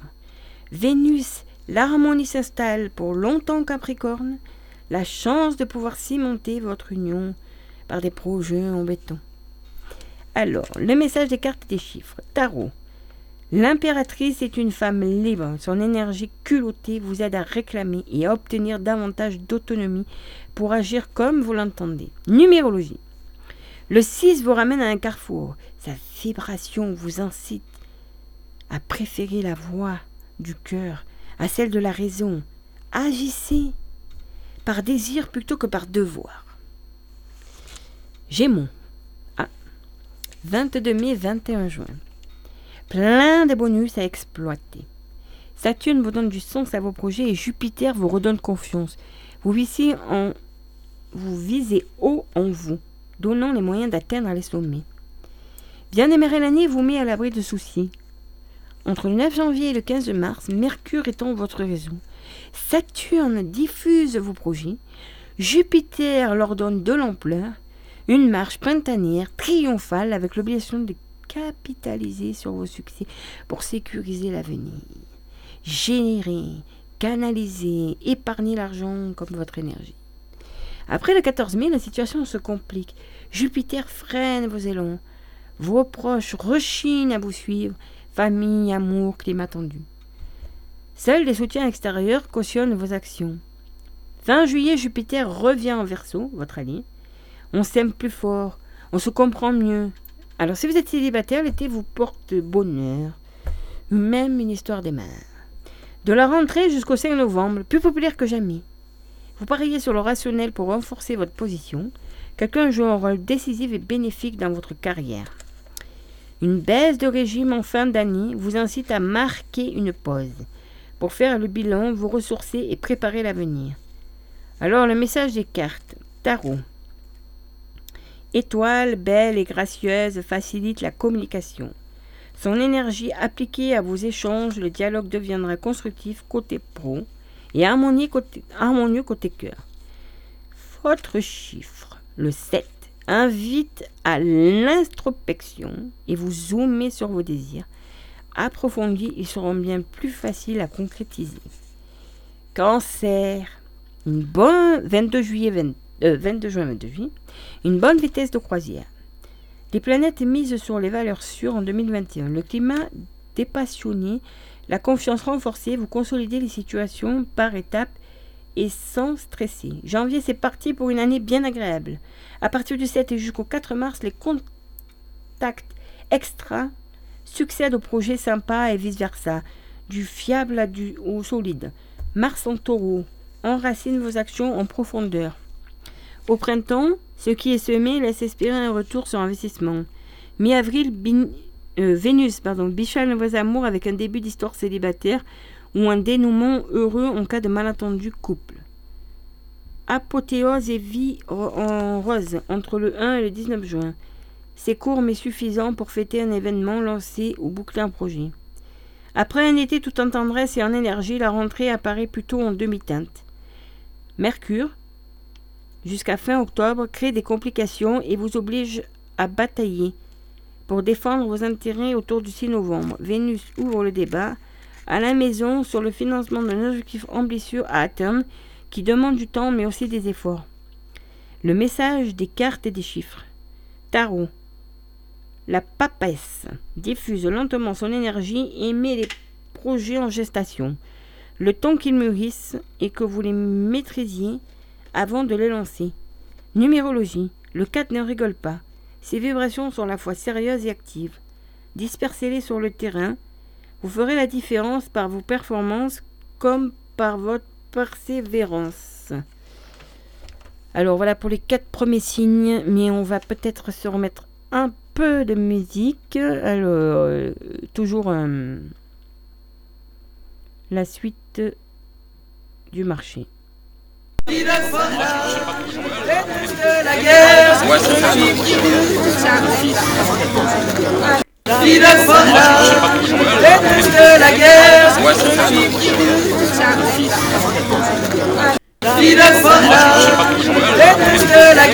Vénus, l'harmonie s'installe pour longtemps Capricorne, la chance de pouvoir cimenter votre union par des projets embêtants. Alors, le message des cartes et des chiffres. Tarot. L'impératrice est une femme libre. Son énergie culottée vous aide à réclamer et à obtenir davantage d'autonomie pour agir comme vous l'entendez. Numérologie. Le six vous ramène à un carrefour. Sa vibration vous incite à préférer la voix du cœur à celle de la raison. Agissez par désir plutôt que par devoir. Gémeaux. Ah. vingt-deux mai, vingt et un juin. Plein de bonus à exploiter. Saturne vous donne du sens à vos projets et Jupiter vous redonne confiance. Vous visez, en, vous visez haut en vous, donnant les moyens d'atteindre les sommets. Bien démarrer l'année vous met à l'abri de soucis. Entre le neuf janvier et le quinze mars, Mercure étend votre réseau. Saturne diffuse vos projets. Jupiter leur donne de l'ampleur. Une marche printanière triomphale avec l'obligation de capitaliser sur vos succès pour sécuriser l'avenir. Générer, canaliser, épargner l'argent comme votre énergie. Après le quatorze mai, la situation se complique. Jupiter freine vos élans. Vos proches rechignent à vous suivre. Famille, amour, climat tendu. Seuls les soutiens extérieurs cautionnent vos actions. Fin juillet, Jupiter revient en Verseau, votre allié. On s'aime plus fort, on se comprend mieux. Alors si vous êtes célibataire, l'été vous porte bonheur. Même une histoire démarre. De la rentrée jusqu'au cinq novembre, plus populaire que jamais. Vous pariez sur le rationnel pour renforcer votre position. Quelqu'un joue un rôle décisif et bénéfique dans votre carrière. Une baisse de régime en fin d'année vous incite à marquer une pause pour faire le bilan, vous ressourcer et préparer l'avenir. Alors le message des cartes, tarot. Étoile, belle et gracieuse, facilite la communication. Son énergie appliquée à vos échanges, le dialogue deviendra constructif côté pro et harmonieux côté, harmonieux côté cœur. Votre chiffre, le sept, invite à l'introspection et vous zoomez sur vos désirs. Approfondis, ils seront bien plus faciles à concrétiser. Cancer, une bonne vingt-deux juillet vingt, euh, vingt-deux juin vingt-deux juillet, une bonne vitesse de croisière. Les planètes misent sur les valeurs sûres en deux mille vingt et un. Le climat dépassionné, la confiance renforcée, vous consolidez les situations par étapes et sans stresser. Janvier, c'est parti pour une année bien agréable. À partir du sept et jusqu'au quatre mars, les contacts extra succèdent aux projets sympas et vice-versa. Du fiable à du, au solide. Mars en taureau enracine vos actions en profondeur. Au printemps, ce qui est semé laisse espérer un retour sur investissement. Mi-avril, bin, euh, Vénus pardon, bichonne vos amours avec un début d'histoire célibataire ou un dénouement heureux en cas de malentendu couple. Apothéose et vie en rose entre le un et le dix-neuf juin. C'est court mais suffisant pour fêter un événement lancé ou boucler un projet. Après un été tout en tendresse et en énergie, la rentrée apparaît plutôt en demi-teinte. Mercure, jusqu'à fin octobre, crée des complications et vous oblige à batailler pour défendre vos intérêts autour du six novembre. Vénus ouvre le débat à la maison sur le financement d'un objectif ambitieux à atteindre qui demande du temps mais aussi des efforts. Le message des cartes et des chiffres. Tarot. La papesse diffuse lentement son énergie et met les projets en gestation. Le temps qu'ils mûrissent et que vous les maîtrisiez avant de les lancer. Numérologie. Le quatre ne rigole pas. Ses vibrations sont à la fois sérieuses et actives. Dispersez-les sur le terrain. Vous ferez la différence par vos performances comme par votre persévérance. Alors voilà pour les quatre premiers signes, mais on va peut-être se remettre un peu de musique. Alors, euh, toujours euh, la suite du marché. De la guerre, Moi, je Fille de Fonda, l'ennemi de la guerre, Moi, je Fille de Fonda, l'ennemi de la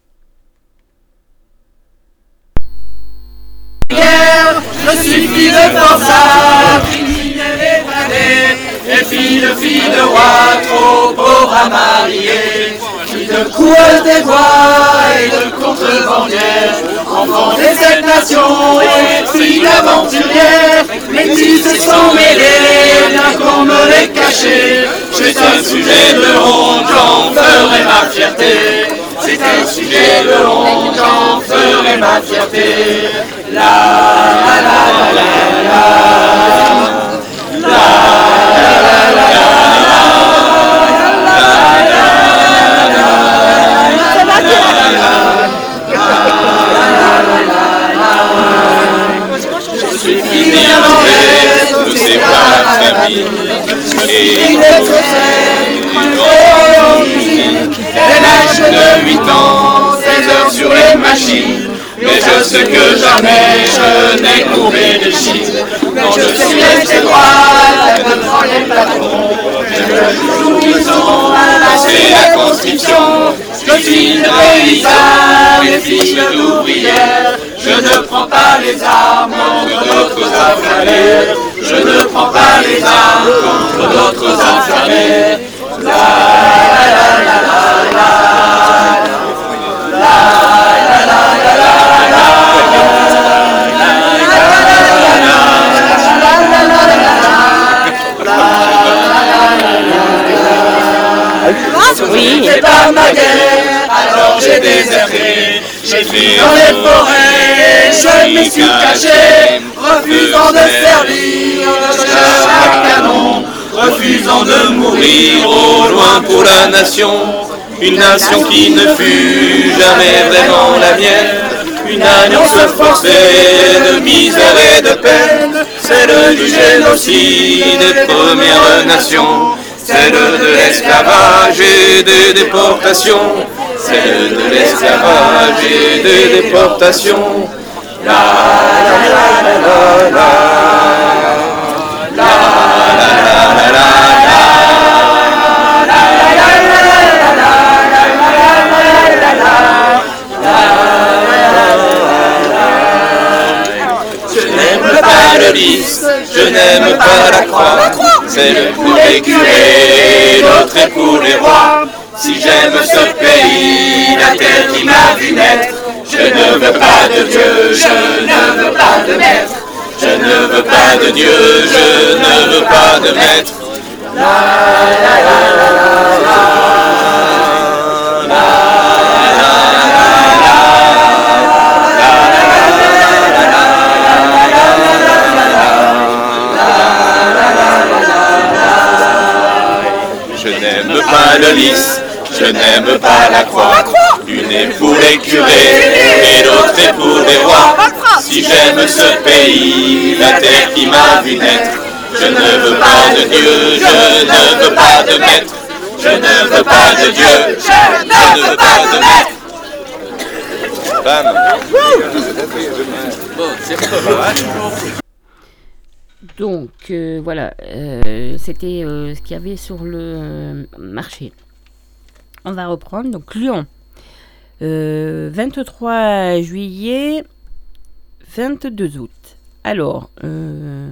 guerre, je suis fille de Forza, criminel et bradé, et fille de fille de roi, trop pauvre à marier. Fille de coueuse des bois et de contrebandière, enfant des sept nations et fille d'aventurière, les petits se sont mêlés, bien qu'on me les cachait. C'est un sujet de honte, j'en ferai ma fierté. C'est un sujet de honte, j'en ferai ma fierté. La la la la la la la la la. Je suis fini à l'envers, tous ces braves familles. Et dès l'âge de huit ans, seize heures sur les machines. Mais je sais que jamais je n'ai courbé les chiffres. Quand je suis resté droit, devant les patrons, je me joue qu'ils ont c'est la conscription. Je filles de paysans, les filles d'ouvrières. Je ne prends pas les armes contre d'autres affamés. Je ne prends pas les armes contre d'autres affamés. La la la la la la la la la la. Oui, c'est pas ma guerre, alors j'ai déserté. J'ai fui dans les forêts, je m'y suis caché, refusant de servir de chair à canon, refusant de mourir au loin pour la nation. Une nation qui ne fut jamais vraiment la mienne, une alliance forcée de misère et de peine, celle du génocide des Premières Nations, celle de l'esclavage et des déportations, celle de l'esclavage et des déportations. La la la la la la la la la la la. Je n'aime pas la croix, celle pour les curés, l'autre est pour les rois. Si j'aime ce pays, la terre qui m'a vu naître, je ne veux pas de Dieu, je ne veux pas de maître. Je ne veux pas de Dieu, je ne veux pas de maître. La la la la la la Je n'aime pas le lys, je n'aime pas la croix. Une est pour les curés et l'autre est pour les rois. Si j'aime ce pays, la terre qui m'a vu naître, je ne veux pas de Dieu, je ne veux pas de maître. Je ne veux pas de Dieu, je ne veux pas de maître. Donc euh, voilà, euh, c'était euh, ce qu'il y avait sur le euh, marché. On va reprendre. Donc Lyon, euh, vingt-trois juillet, vingt-deux août. Alors, euh,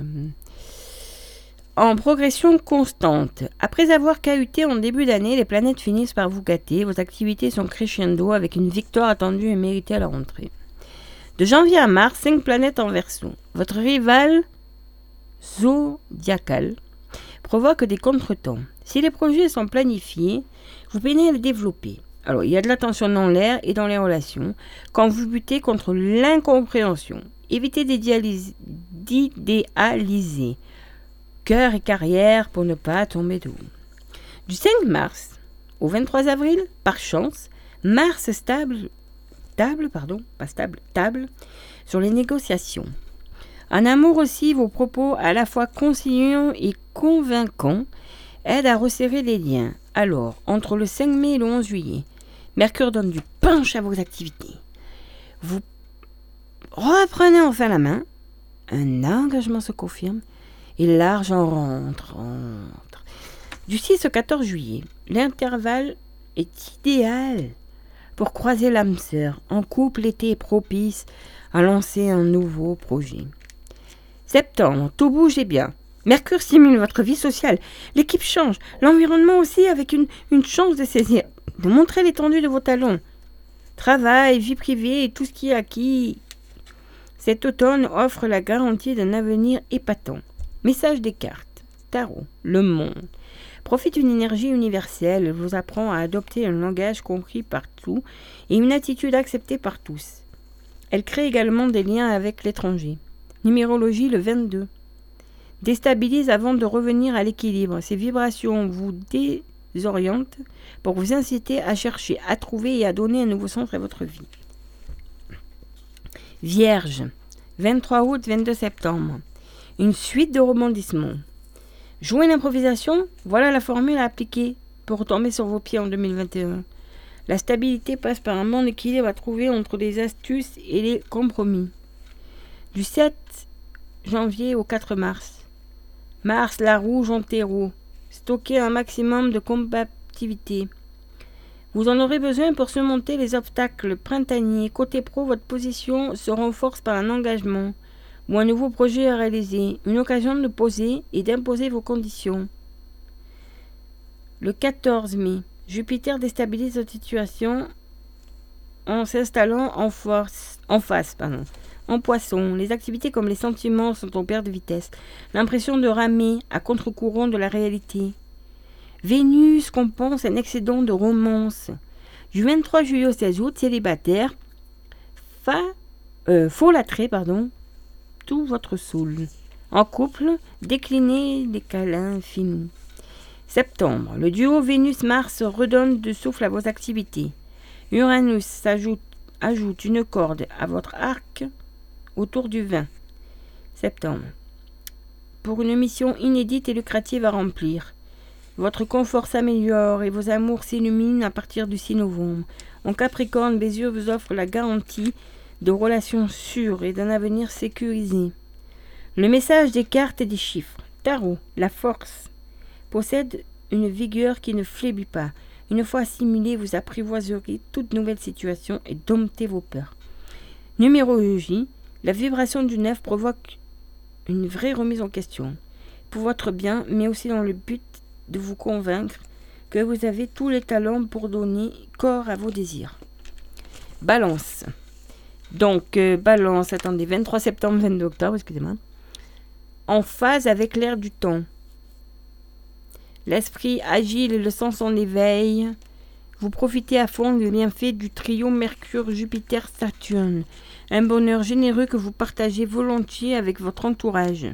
en progression constante. Après avoir cahuté en début d'année, les planètes finissent par vous gâter. Vos activités sont crescendo avec une victoire attendue et méritée à la rentrée. De janvier à mars, cinq planètes en Verseau. Votre rival zodiacal provoque des contretemps. Si les projets sont planifiés, vous peinez à les développer. Alors, il y a de la tension dans l'air et dans les relations quand vous butez contre l'incompréhension. Évitez d'idéaliser, d'idéaliser cœur et carrière pour ne pas tomber de haut. Du cinq mars au vingt-trois avril, par chance, Mars stable, table, pardon, pas stable, table sur les négociations. En amour aussi, vos propos à la fois conciliants et convaincants aident à resserrer les liens. Alors, entre le cinq mai et le onze juillet, Mercure donne du punch à vos activités. Vous reprenez enfin la main, un engagement se confirme et l'argent rentre, rentre. Du six au quatorze juillet, l'intervalle est idéal pour croiser l'âme sœur. En couple, l'été est propice à lancer un nouveau projet. Septembre, tout bouge et bien. Mercure stimule votre vie sociale. L'équipe change. L'environnement aussi avec une, une chance de saisir, de montrer l'étendue de vos talents. Travail, vie privée et tout ce qui est acquis. Cet automne offre la garantie d'un avenir épatant. Message des cartes. Tarot. Le monde. Profite d'une énergie universelle. Elle vous apprend à adopter un langage compris par tous et une attitude acceptée par tous. Elle crée également des liens avec l'étranger. Numérologie le vingt-deux. Déstabilise avant de revenir à l'équilibre. Ces vibrations vous désorientent pour vous inciter à chercher, à trouver et à donner un nouveau centre à votre vie. Vierge, vingt-trois août, vingt-deux septembre. Une suite de rebondissements. Jouer l'improvisation, voilà la formule à appliquer pour retomber sur vos pieds en deux mille vingt et un. La stabilité passe par un bon équilibre à trouver entre les astuces et les compromis. Du sept janvier au quatre mars. Mars, la rouge en terreau. Stocker un maximum de combativité. Vous en aurez besoin pour surmonter les obstacles printaniers. Côté pro, votre position se renforce par un engagement ou un nouveau projet à réaliser, une occasion de poser et d'imposer vos conditions. Le quatorze mai, Jupiter déstabilise votre situation en s'installant en, force, en face. Pardon. En poisson, les activités comme les sentiments sont en perte de vitesse. L'impression de ramer à contre-courant de la réalité. Vénus compense un excédent de romance. Du vingt-trois juillet au seize août, célibataire, fa, euh, folâtrez, pardon, tout votre saoul. En couple, déclinez les câlins finis. Septembre, le duo Vénus-Mars redonne de souffle à vos activités. Uranus ajoute, ajoute une corde à votre arc autour du vingt septembre. Pour une mission inédite et lucrative à remplir. Votre confort s'améliore et vos amours s'illuminent à partir du six novembre. En Capricorne, Bézieux vous offre la garantie de relations sûres et d'un avenir sécurisé. Le message des cartes et des chiffres. Tarot, la force, possède une vigueur qui ne faiblit pas. Une fois assimilée, vous apprivoiserez toute nouvelle situation et domptez vos peurs. Numérologie, la vibration du neuf provoque une vraie remise en question. Pour votre bien, mais aussi dans le but de vous convaincre que vous avez tous les talents pour donner corps à vos désirs. Balance. Donc, euh, Balance, attendez, vingt-trois septembre, vingt-deux octobre, excusez-moi. En phase avec l'air du temps. L'esprit agile et le sens en éveil. Vous profitez à fond des bienfaits du trio Mercure-Jupiter-Saturne. Un bonheur généreux que vous partagez volontiers avec votre entourage.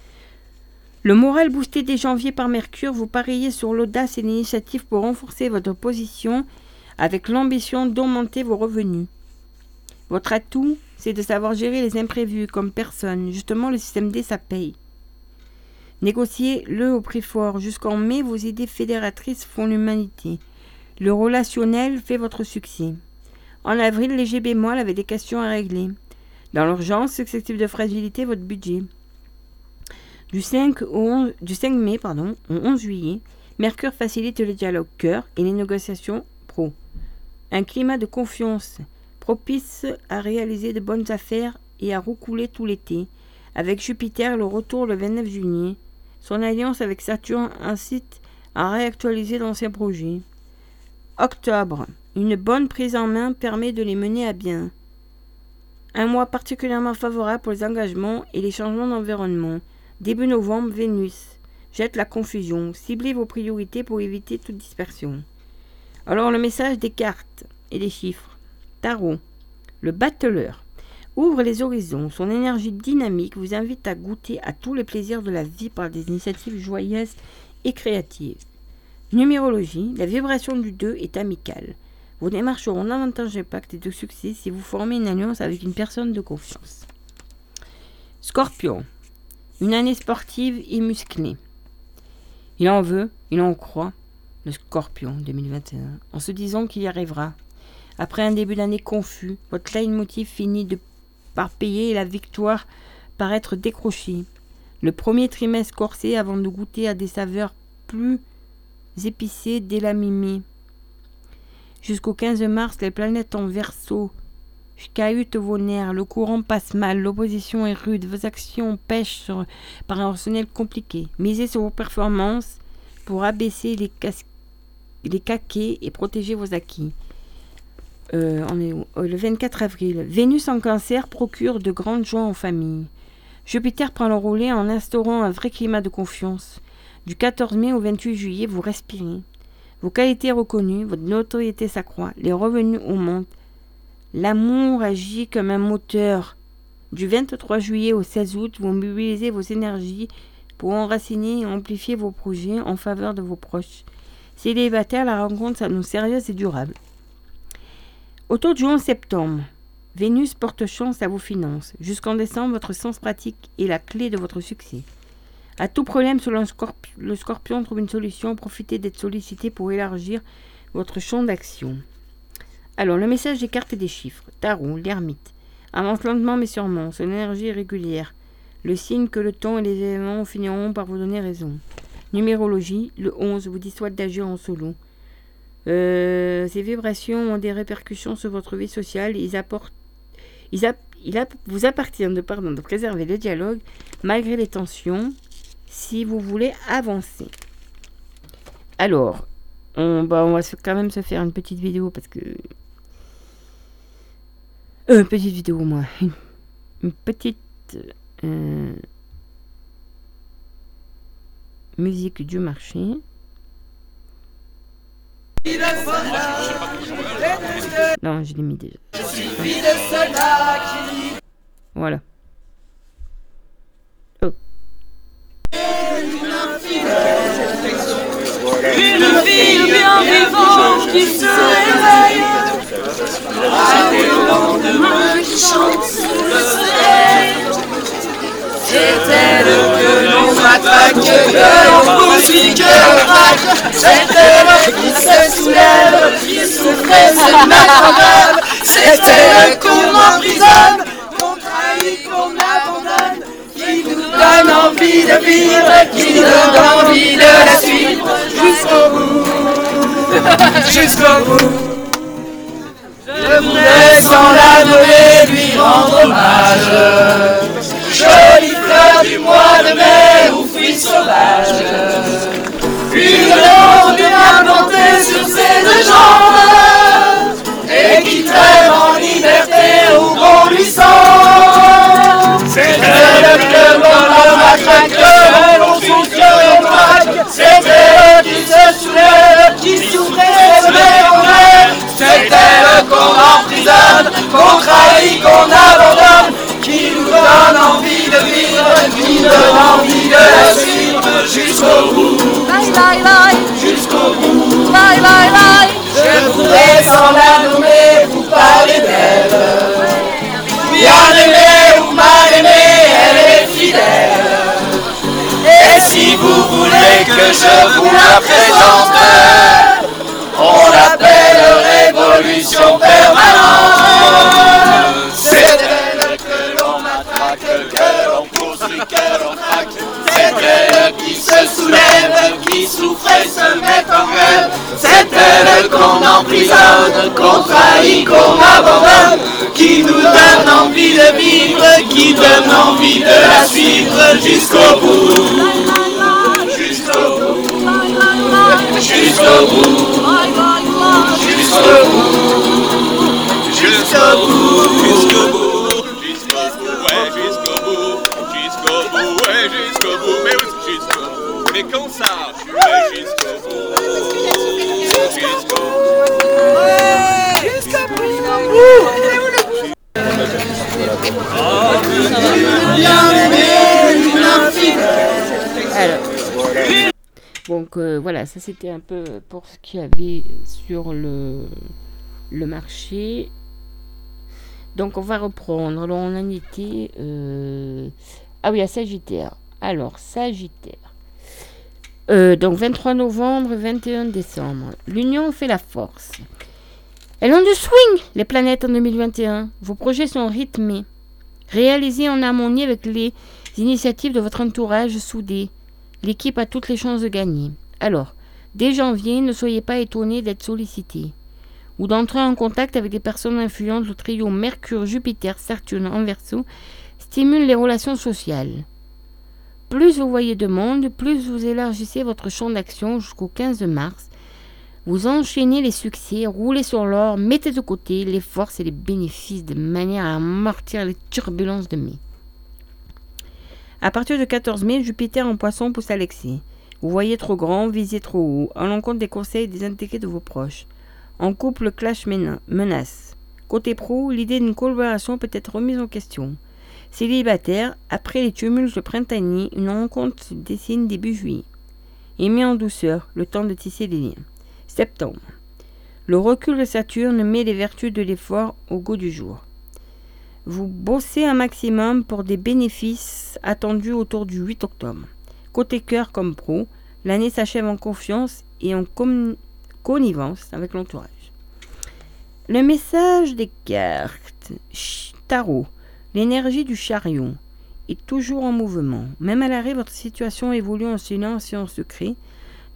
Le moral boosté dès janvier par Mercure, vous pariez sur l'audace et l'initiative pour renforcer votre position avec l'ambition d'augmenter vos revenus. Votre atout, c'est de savoir gérer les imprévus comme personne. Justement, le système D, ça paye. Négociez-le au prix fort. Jusqu'en mai, vos idées fédératrices font l'humanité. Le relationnel fait votre succès. En avril, léger bémol avec des questions à régler. Dans l'urgence, successive de fragilité, votre budget. Du cinq, au onze, du cinq mai pardon, au onze juillet, Mercure facilite le dialogue cœur et les négociations pro. Un climat de confiance propice à réaliser de bonnes affaires et à roucouler tout l'été. Avec Jupiter, le retour le vingt-neuf juillet. Son alliance avec Saturne incite à réactualiser d'anciens projets. Octobre. Une bonne prise en main permet de les mener à bien. Un mois particulièrement favorable pour les engagements et les changements d'environnement. Début novembre, Vénus jette la confusion. Ciblez vos priorités pour éviter toute dispersion. Alors le message des cartes et des chiffres. Tarot. Le battleur ouvre les horizons. Son énergie dynamique vous invite à goûter à tous les plaisirs de la vie par des initiatives joyeuses et créatives. Numérologie. La vibration du deux est amicale. Vos démarches auront davantage d'impact et de succès si vous formez une alliance avec une personne de confiance. Scorpion. Une année sportive et musclée. Il en veut, il en croit, le Scorpion deux mille vingt et un, en se disant qu'il y arrivera. Après un début d'année confus, votre leitmotiv finit de, par payer et la victoire par être décrochée. Le premier trimestre corsé avant de goûter à des saveurs plus épicées dès la mi-mai. Jusqu'au quinze mars, les planètes en Verseau cahutent vos nerfs, le courant passe mal, l'opposition est rude, vos actions pêchent sur, par un rationnel compliqué. Misez sur vos performances pour abaisser les, cas- les caquets et protéger vos acquis. Euh, on est où Le vingt-quatre avril. Vénus en Cancer procure de grandes joies en famille. Jupiter prend le relais en instaurant un vrai climat de confiance. Du quatorze mai au vingt-huit juillet, vous respirez. Vos qualités reconnues, votre notoriété s'accroît, les revenus augmentent. L'amour agit comme un moteur. Du vingt-trois juillet au seize août, vous mobilisez vos énergies pour enraciner et amplifier vos projets en faveur de vos proches. Célibataire, la rencontre s'annonce sérieuse et durable. Autour du onze septembre, Vénus porte chance à vos finances. Jusqu'en décembre, votre sens pratique est la clé de votre succès. À tout problème, selon le, scorp- le scorpion trouve une solution. Profitez d'être sollicité pour élargir votre champ d'action. Alors, le message des cartes et des chiffres. Tarot, l'ermite. Avance lentement mais sûrement. Son énergie est régulière. Le signe que le temps et les événements finiront par vous donner raison. Numérologie, le onze vous dissuade d'agir en solo. Euh, ces vibrations ont des répercussions sur votre vie sociale. Ils apportent, ils app- il app- vous appartient de, pardon, de préserver le dialogue malgré les tensions si vous voulez avancer. Alors, on, bah, on va se, quand même se faire une petite vidéo parce que... Euh, une petite vidéo, moi. Une, une petite... Euh, musique du marché. Non, je l'ai mis déjà. Voilà. Oh. Une fille bien vivante qui se réveille avec le lendemain qui chante sous le soleil. C'est elle que l'on matraque, que l'on poursuit, que l'on traque. C'est elle qui se soulève, qui souffrait, se met en grève. C'est elle qu'on emprisonne, qu'on trahit, qu'on abandonne, qui nous donne envie de vivre, qui nous donne envie de la suivre jusqu'au bout, jusqu'au bout. Je voudrais sans la nommer lui rendre hommage. Jolie fleur du mois de mai ou fruit sauvage, une ronde bien plantée sur ses deux jambes et qui trêve en liberté où bon lui semble. C'est elle que l'on matraque, que l'on souffle, que l'on traque. C'est elle qui se soulève, qui souffrait, se met en grève. C'est elle qu'on emprisonne, qu'on trahit, qu'on abandonne, qui nous donne envie de vivre, qui donne envie de la suivre jusqu'au bout, jusqu'au bout. Je voudrais sans la nommer vous parler d'elle. Bien aimée ou mal aimée, elle est fidèle. Et si vous voulez que je vous la présente, on l'appelle révolution permanente. C'est elle que l'on matraque, que l'on poursuit, que l'on traque. C'est elle qui se soulève, qui souffre et se met en grève. C'est elle qu'on emprisonne, qu'on trahit, qu'on abandonne, qui nous donne envie de vivre, qui donne envie de la suivre jusqu'au bout, jusqu'au bout, jusqu'au bout, jusqu'au bout, jusqu'au bout, jusqu'au bout, jusqu'au bout, ouais, jusqu'au bout, jusqu'au bout, ouais, jusqu'au bout, mais oui, jusqu'au bout, mais comme ça, ouais, jusqu'au bout, jusqu'au bout, ouais, jusqu'au bout. Alors, donc euh, voilà, ça c'était un peu pour ce qu'il y avait sur le, le marché. Donc on va reprendre. Alors on en était... Euh... Ah oui, à Sagittaire. Alors, Sagittaire. Euh, donc vingt-trois novembre, vingt et un décembre. L'union fait la force. Elles ont du swing, les planètes en deux mille vingt et un. Vos projets sont rythmés. Réalisés en harmonie avec les initiatives de votre entourage soudé. L'équipe a toutes les chances de gagner. Alors, dès janvier, ne soyez pas étonnés d'être sollicité ou d'entrer en contact avec des personnes influentes. Le trio Mercure, Jupiter, Saturne en Verseau stimule les relations sociales. Plus vous voyez de monde, plus vous élargissez votre champ d'action jusqu'au quinze mars. Vous enchaînez les succès, roulez sur l'or, mettez de côté les forces et les bénéfices de manière à amortir les turbulences de mai. À partir du quatorze mai, Jupiter en Poisson pousse à l'excès. Vous voyez trop grand, visez trop haut, à l'encontre des conseils et des intérêts de vos proches. En couple, le clash menace. Côté pro, l'idée d'une collaboration peut être remise en question. Célibataire, après les tumultes printaniers, une rencontre se dessine début juillet. Aimez en douceur, le temps de tisser les liens. Septembre. Le recul de Saturne met les vertus de l'effort au goût du jour. Vous bossez un maximum pour des bénéfices attendus autour du huit octobre. Côté cœur comme pro, l'année s'achève en confiance et en com- connivence avec l'entourage. Le message des cartes. Tarot. L'énergie du chariot est toujours en mouvement. Même à l'arrêt, votre situation évolue en silence et en secret.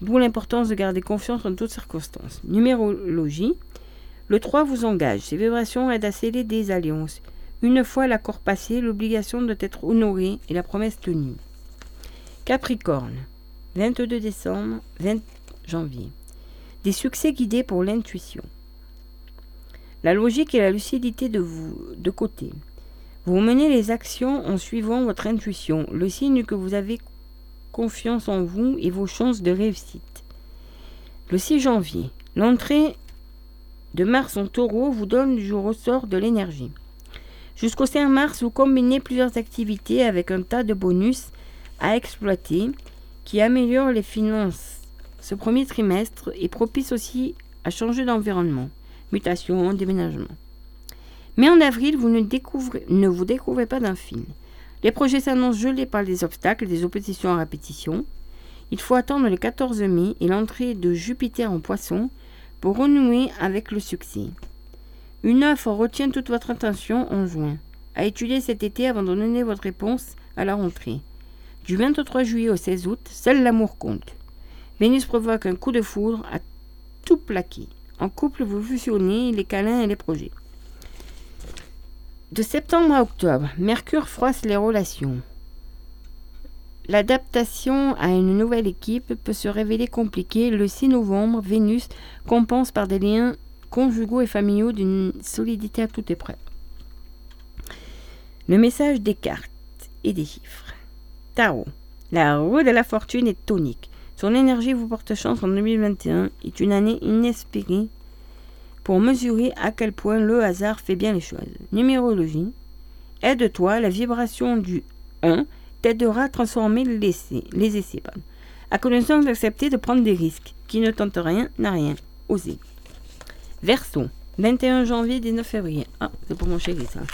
D'où l'importance de garder confiance en toutes circonstances. Numérologie. Le trois vous engage. Ces vibrations aident à sceller des alliances. Une fois l'accord passé, l'obligation doit être honorée et la promesse tenue. Capricorne. vingt-deux décembre, vingt janvier. Des succès guidés pour l'intuition. La logique et la lucidité de vous de côté. Vous menez les actions en suivant votre intuition, le signe que vous avez confiance en vous et vos chances de réussite. Le six janvier, l'entrée de Mars en Taureau vous donne du ressort de l'énergie. Jusqu'au cinq mars, vous combinez plusieurs activités avec un tas de bonus à exploiter qui améliorent les finances. Ce premier trimestre est propice aussi à changer d'environnement, mutation, déménagement. Mais en avril, vous ne, découvrez, ne vous découvrez pas d'un film. Les projets s'annoncent gelés par des obstacles, des oppositions à répétition. Il faut attendre le quatorze mai et l'entrée de Jupiter en Poisson pour renouer avec le succès. Une offre retient toute votre attention en juin. À étudier cet été avant de donner votre réponse à la rentrée. Du vingt-trois juillet au seize août, seul l'amour compte. Vénus provoque un coup de foudre à tout plaquer. En couple, vous fusionnez les câlins et les projets. De septembre à octobre, Mercure froisse les relations. L'adaptation à une nouvelle équipe peut se révéler compliquée. Le six novembre, Vénus compense par des liens conjugaux et familiaux d'une solidité à toute épreuve. Le message des cartes et des chiffres. Tarot. La roue de la fortune est tonique. Son énergie vous porte chance en deux mille vingt et un. Est une année inespérée pour mesurer à quel point le hasard fait bien les choses. Numérologie. Aide-toi, la vibration du un t'aidera à transformer les essais. Les essais pardon. À connaissance d'accepter de prendre des risques. Qui ne tente rien n'a rien. Osez. Verseau. vingt et un janvier, dix-neuf février. Ah, c'est pour mon chéri ça.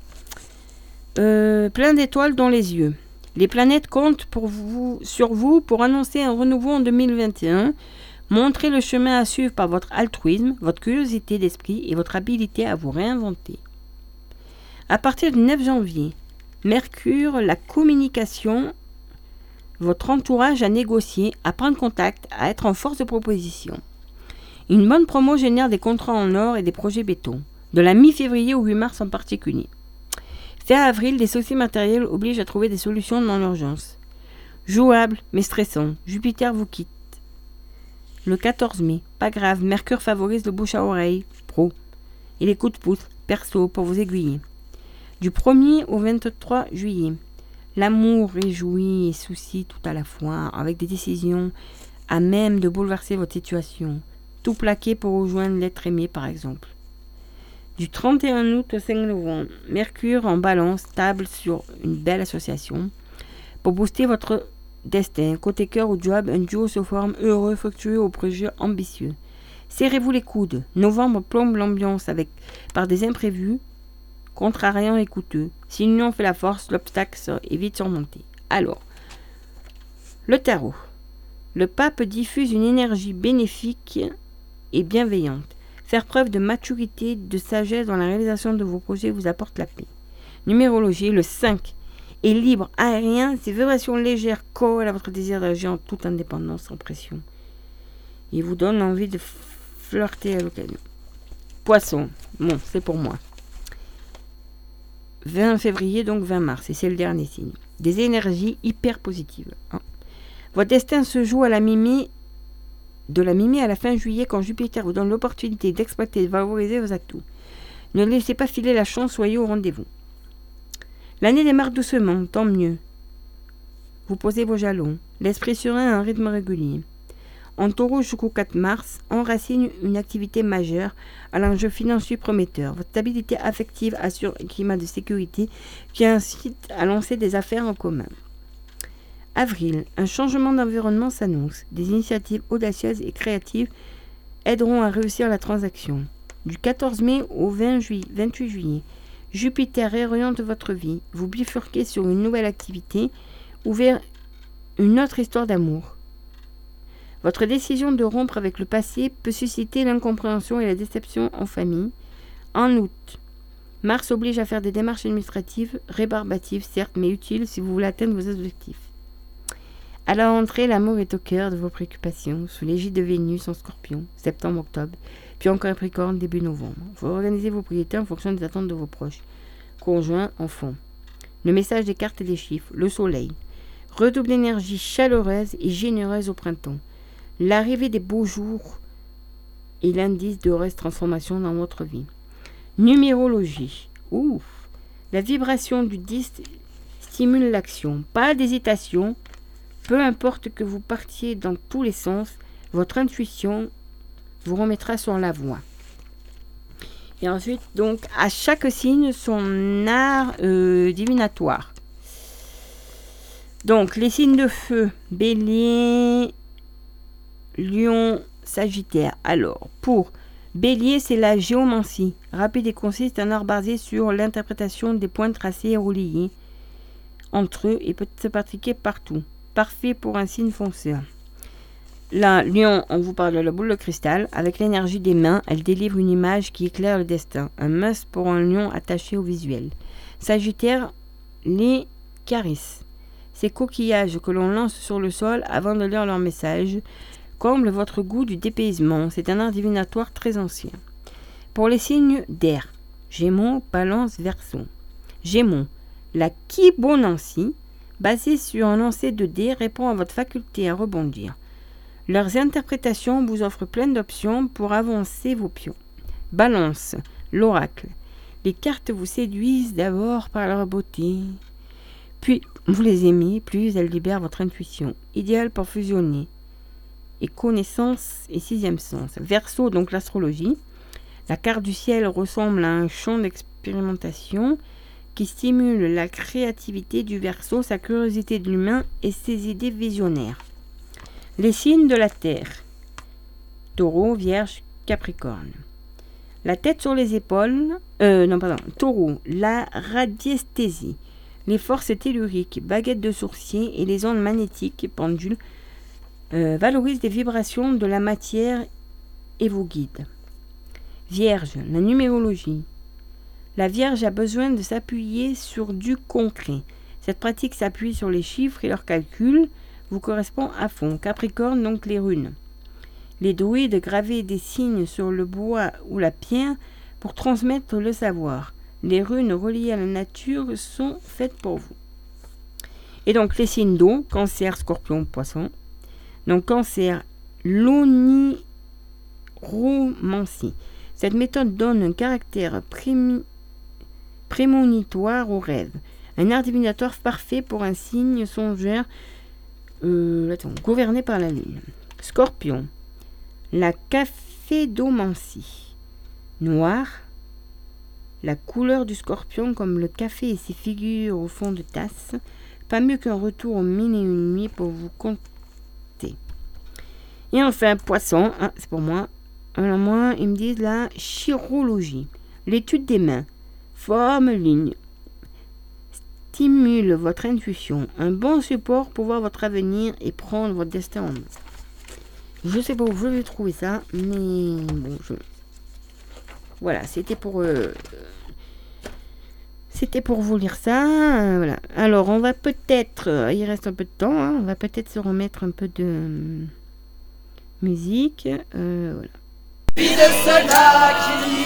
Euh, plein d'étoiles dans les yeux. Les planètes comptent pour vous, sur vous pour annoncer un renouveau en deux mille vingt et un. Montrez le chemin à suivre par votre altruisme, votre curiosité d'esprit et votre habilité à vous réinventer. À partir du neuf janvier, Mercure, la communication, votre entourage à négocier, à prendre contact, à être en force de proposition. Une bonne promo génère des contrats en or et des projets béton, de la mi-février au huit mars en particulier. Fin avril, des soucis matériels obligent à trouver des solutions dans l'urgence. Jouable, mais stressant, Jupiter vous quitte. Le quatorze mai, pas grave, Mercure favorise le bouche à oreille, pro, et les coups de pouce, perso, pour vous aiguiller. Du premier au vingt-trois juillet, l'amour réjouit et soucie tout à la fois, avec des décisions à même de bouleverser votre situation. Tout plaqué pour rejoindre l'être aimé, par exemple. Du trente et un août au cinq novembre, Mercure en balance table sur une belle association pour booster votre destin. Côté cœur ou job, un duo se forme heureux, fructueux au projet ambitieux. Serrez-vous les coudes. Novembre plombe l'ambiance avec par des imprévus, contrariants et coûteux. Si l'union fait la force, l'obstacle est vite surmonté. Alors, le tarot. Le pape diffuse une énergie bénéfique et bienveillante. Faire preuve de maturité, de sagesse dans la réalisation de vos projets vous apporte la paix. Numérologie, le cinq. Et libre, aérien, ces vibrations légères collent à votre désir d'agir en toute indépendance, sans pression. Il vous donne envie de flirter à l'occasion. Poisson, bon, c'est pour moi. vingt février, donc vingt mars, et c'est le dernier signe. Des énergies hyper positives. Hein. Votre destin se joue à la mi-mai, de la mi-mai à la fin juillet, quand Jupiter vous donne l'opportunité d'exploiter et de valoriser vos atouts. Ne laissez pas filer la chance, soyez au rendez-vous. L'année démarre doucement, tant mieux. Vous posez vos jalons, l'esprit serein à un rythme régulier. En taureau jusqu'au quatre mars, enracine une activité majeure à l'enjeu financier prometteur. Votre stabilité affective assure un climat de sécurité qui incite à lancer des affaires en commun. Avril, un changement d'environnement s'annonce. Des initiatives audacieuses et créatives aideront à réussir la transaction. Du quatorze mai au vingt juillet, vingt-huit juillet, Jupiter réoriente votre vie. Vous bifurquez sur une nouvelle activité ou vers une autre histoire d'amour. Votre décision de rompre avec le passé peut susciter l'incompréhension et la déception en famille. En août, Mars oblige à faire des démarches administratives, rébarbatives certes, mais utiles si vous voulez atteindre vos objectifs. À la rentrée, l'amour est au cœur de vos préoccupations, sous l'égide de Vénus en Scorpion, septembre-octobre, puis en Capricorne début novembre. Vous organisez vos priorités en fonction des attentes de vos proches, conjoints, enfants. Le message des cartes et des chiffres, le soleil. Redouble d'énergie chaleureuse et généreuse au printemps. L'arrivée des beaux jours est l'indice de heureuse transformation dans votre vie. Numérologie. Ouf. La vibration du dix stimule l'action. Pas d'hésitation. Peu importe que vous partiez dans tous les sens, votre intuition vous remettra sur la voie. Et ensuite, donc, à chaque signe, son art euh, divinatoire. Donc, les signes de feu, Bélier, Lion, Sagittaire. Alors, pour Bélier, c'est la géomancie. Rapide et concise, c'est un art basé sur l'interprétation des points tracés et reliés entre eux et peut se pratiquer partout. Parfait pour un signe fonceur. Là, Lion, on vous parle de la boule de cristal. Avec l'énergie des mains, elle délivre une image qui éclaire le destin. Un must pour un lion attaché au visuel. Sagittaire, les carisses. Ces coquillages que l'on lance sur le sol avant de lire leur message comble votre goût du dépaysement. C'est un art divinatoire très ancien. Pour les signes d'air, Gémeaux, Balance, Verseau. Gémeaux, la kibonancie, basée sur un lancer de dés, répond à votre faculté à rebondir. Leurs interprétations vous offrent plein d'options pour avancer vos pions. Balance, l'oracle. Les cartes vous séduisent d'abord par leur beauté. Puis, vous les aimez, plus elles libèrent votre intuition. Idéal pour fusionner. Et connaissance et sixième sens. Verseau, donc l'astrologie. La carte du ciel ressemble à un champ d'expérimentation qui stimule la créativité du Verseau, sa curiosité de l'humain et ses idées visionnaires. Les signes de la Terre. Taureau, Vierge, Capricorne. La tête sur les épaules. Euh, non, pardon. Taureau, la radiesthésie. Les forces telluriques, baguettes de sourcier et les ondes magnétiques, pendules, euh, valorisent les vibrations de la matière et vous guident. Vierge, la numérologie. La Vierge a besoin de s'appuyer sur du concret. Cette pratique s'appuie sur les chiffres et leurs calculs vous correspond à fond. Capricorne, donc les runes. Les druides gravaient des signes sur le bois ou la pierre pour transmettre le savoir. Les runes reliées à la nature sont faites pour vous. Et donc les signes d'eau, Cancer, Scorpion, Poisson. Donc Cancer, l'oniromancie. Cette méthode donne un caractère prémi- prémonitoire au rêve. Un art divinatoire parfait pour un signe songeur euh, attends, gouverné par la lune. Scorpion, la cafédomancie. Noir, la couleur du scorpion comme le café et ses figures au fond de tasse. Pas mieux qu'un retour aux mille et une nuits pour vous compter. Et enfin, Poisson, ah, c'est pour moi. Alors moi, ils me disent la chirologie. L'étude des mains. Forme, ligne. Stimule votre intuition. Un bon support pour voir votre avenir et prendre votre destin en main. Je sais pas où je vais trouver ça, mais bon, je... Voilà, c'était pour... Euh... C'était pour vous lire ça. Euh, voilà. Alors, on va peut-être... Euh, il reste un peu de temps. Hein, on va peut-être se remettre un peu de euh, musique. Euh, voilà. Vie de soldat qui...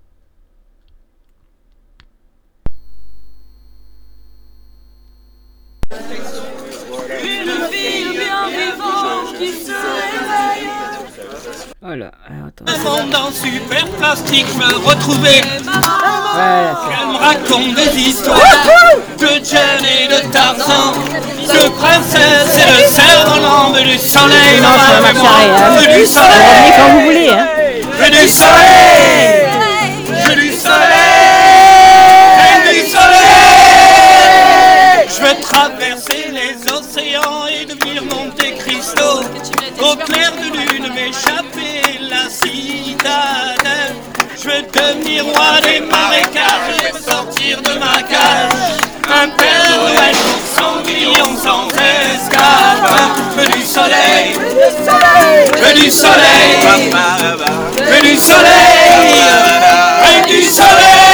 Une ville bien vivante qui se réveille. Voilà, alors attends. Un monde en super plastique m'a retrouvé. Voilà, c'est... Elle me raconte des histoires de Jane et de Tarzan, de princesse et de cerf-volant, du soleil dans ma mémoire, du soleil, quand vous voulez, hein. du soleil, du soleil, du soleil. Je vais traverser les océans et devenir Monte Cristo, au clair de lune m'échapper la citadelle. Je vais devenir roi des marécages, je vais sortir de ma cage. Un père Noël pour cent millions sans esclave. Veux du soleil, veux du soleil, veux du soleil, veux du soleil.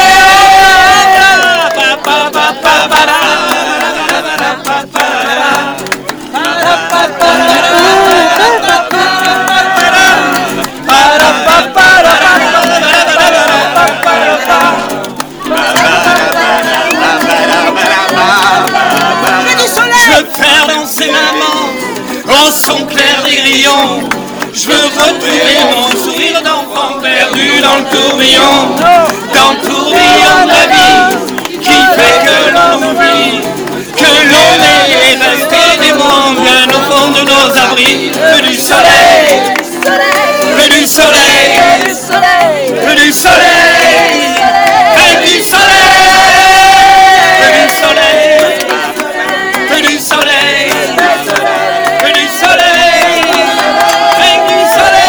Pa, pa, pa, pa, pa, pa, pa, pa, pa, pa, pa, pa. dans le tourbillon, dans le tourbillon de la vie, qui fait que l'on oublie que l'on est resté des mondes bien au fond de nos abris. Que du soleil, que du soleil, que du soleil, que du soleil, que du soleil, que du soleil, que du soleil, que du soleil.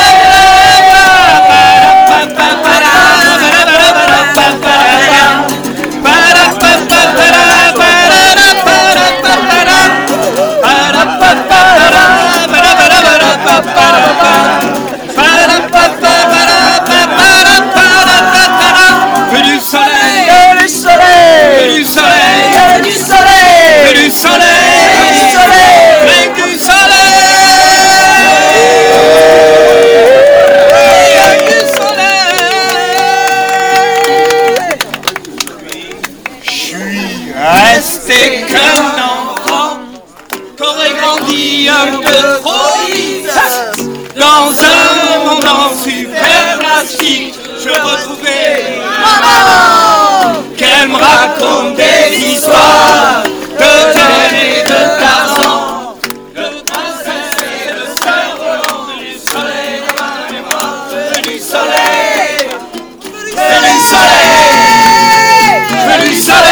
C'est qu'un enfant qu'aurait grandi un peu trop vite dans un monde en super plastique. Je retrouvais maman qu'elle me raconte des histoires de Ken et de Tarzan, de princesse et de sœur volante, du soleil dans les bras, du soleil, du soleil, du soleil.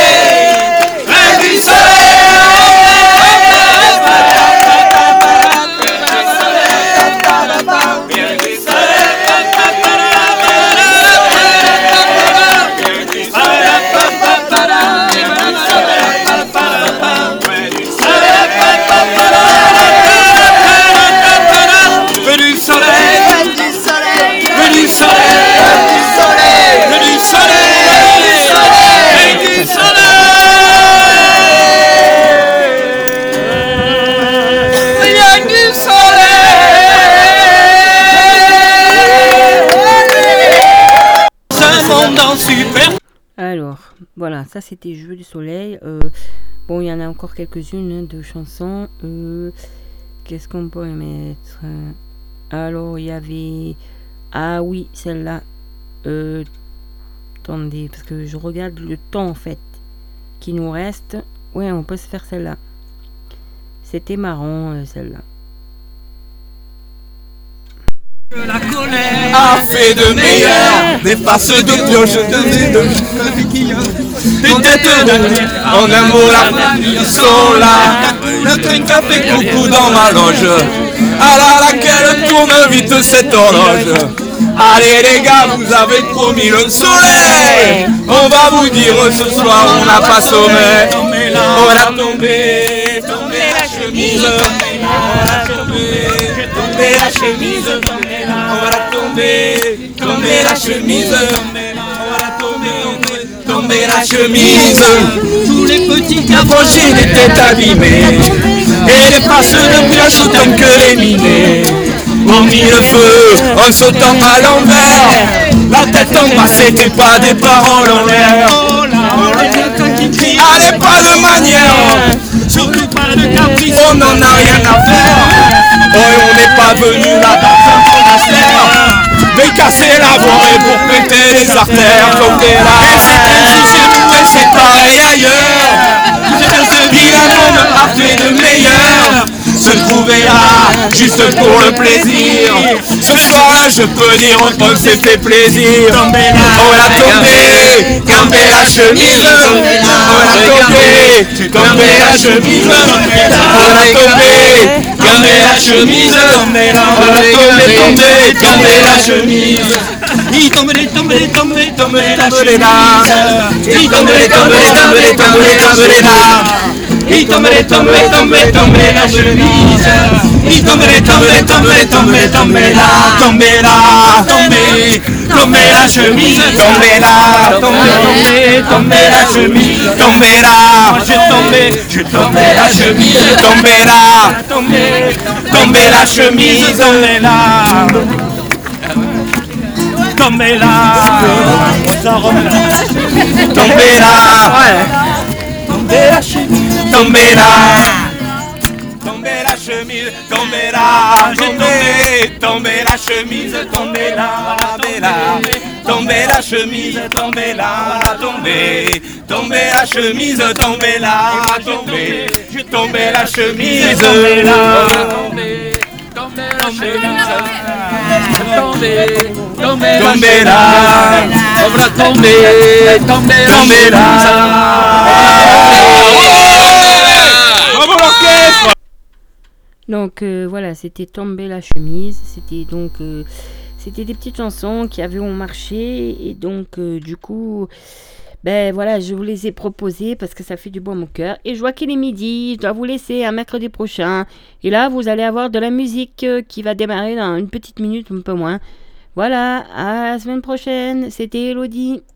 Alors, voilà, ça c'était Jeux du soleil. Euh, bon, il y en a encore quelques-unes hein, de chansons. Euh, Qu'est-ce qu'on pourrait mettre? Alors, il y avait... Ah oui, celle-là. Euh, attendez, parce que je regarde le temps en fait qui nous reste. Ouais, on peut se faire celle-là. C'était marrant, euh, celle-là. La colère a fait de meilleurs des faces de pioche, de des têtes rondes, en un mot la famille sont là. Le train fait coucou dans ma loge, à la laquelle tourne vite cette horloge. Allez les gars, vous avez promis le soleil, on va vous dire ce soir on n'a pas sommeil. On a tombé, tombé la chemise, on a tombé, tombé la chemise, on va tomber, tomber la chemise, on va tomber, tomber la chemise. Tous les petits cabochés étaient abîmés, et les faces de pioche autant que les minés ont mis le feu en sautant à l'envers. La tête en bas, c'était pas des paroles en l'air. Allez, pas de manière, surtout pas de caprice, on n'en a rien à faire. Oh, on n'est pas venu là dans un monastère, mais casser la voie pour péter les artères. Tomber là, et c'est chez nous et c'est pareil ailleurs. Ce vilain monde a fait de meilleur, se trouver là juste pour le plaisir. Ce soir-là, je peux dire qu'on s'est fait plaisir. On l'a tombé, tombé la chemise. On l'a tombé, tombé la chemise. On l'a tombé, tombé la chemise. On l'a tombé, tombé, tombé la chemise. Il tombe, il tombe, il tombe, il tombe la chemise. Il tombe, il tombe, il tombe, il tombe, il tombe là. Il tombe, il tombe, il tombe, il tombe la chemise. Il tombe, il tombe, il tombe, il tombe, il tombe là. Tombe là, tombe, tombe la chemise. Tombe là, tombe, tombe la chemise. Tombe là, j'ai tombé, j'ai tombé la chemise. Tombe là, tombe, tombe la chemise. Tombe là. Tombez là, tombez là, tombez la chemise, tombez là, tombez la chemise. chemise, tombez là, tombez, tombez la chemise, tombez là, tombez là, tombez la chemise, tombez là, tombez, tombez la chemise, tombez là, tombez, tombez la chemise, tombez là, tombez, tombez la chemise, tombez, tombez, tombez là, tombez, tombez, tombez là. Bravo l'orchestre. Donc euh, voilà, c'était Tomber la chemise, c'était donc euh, c'était des petites chansons qui avaient marché et donc euh, du coup ben voilà, je vous les ai proposées parce que ça fait du bon à mon cœur et je vois qu'il est midi, je dois vous laisser à mercredi prochain et là vous allez avoir de la musique euh, qui va démarrer dans une petite minute, un peu moins. Voilà, à la semaine prochaine, c'était Elodie.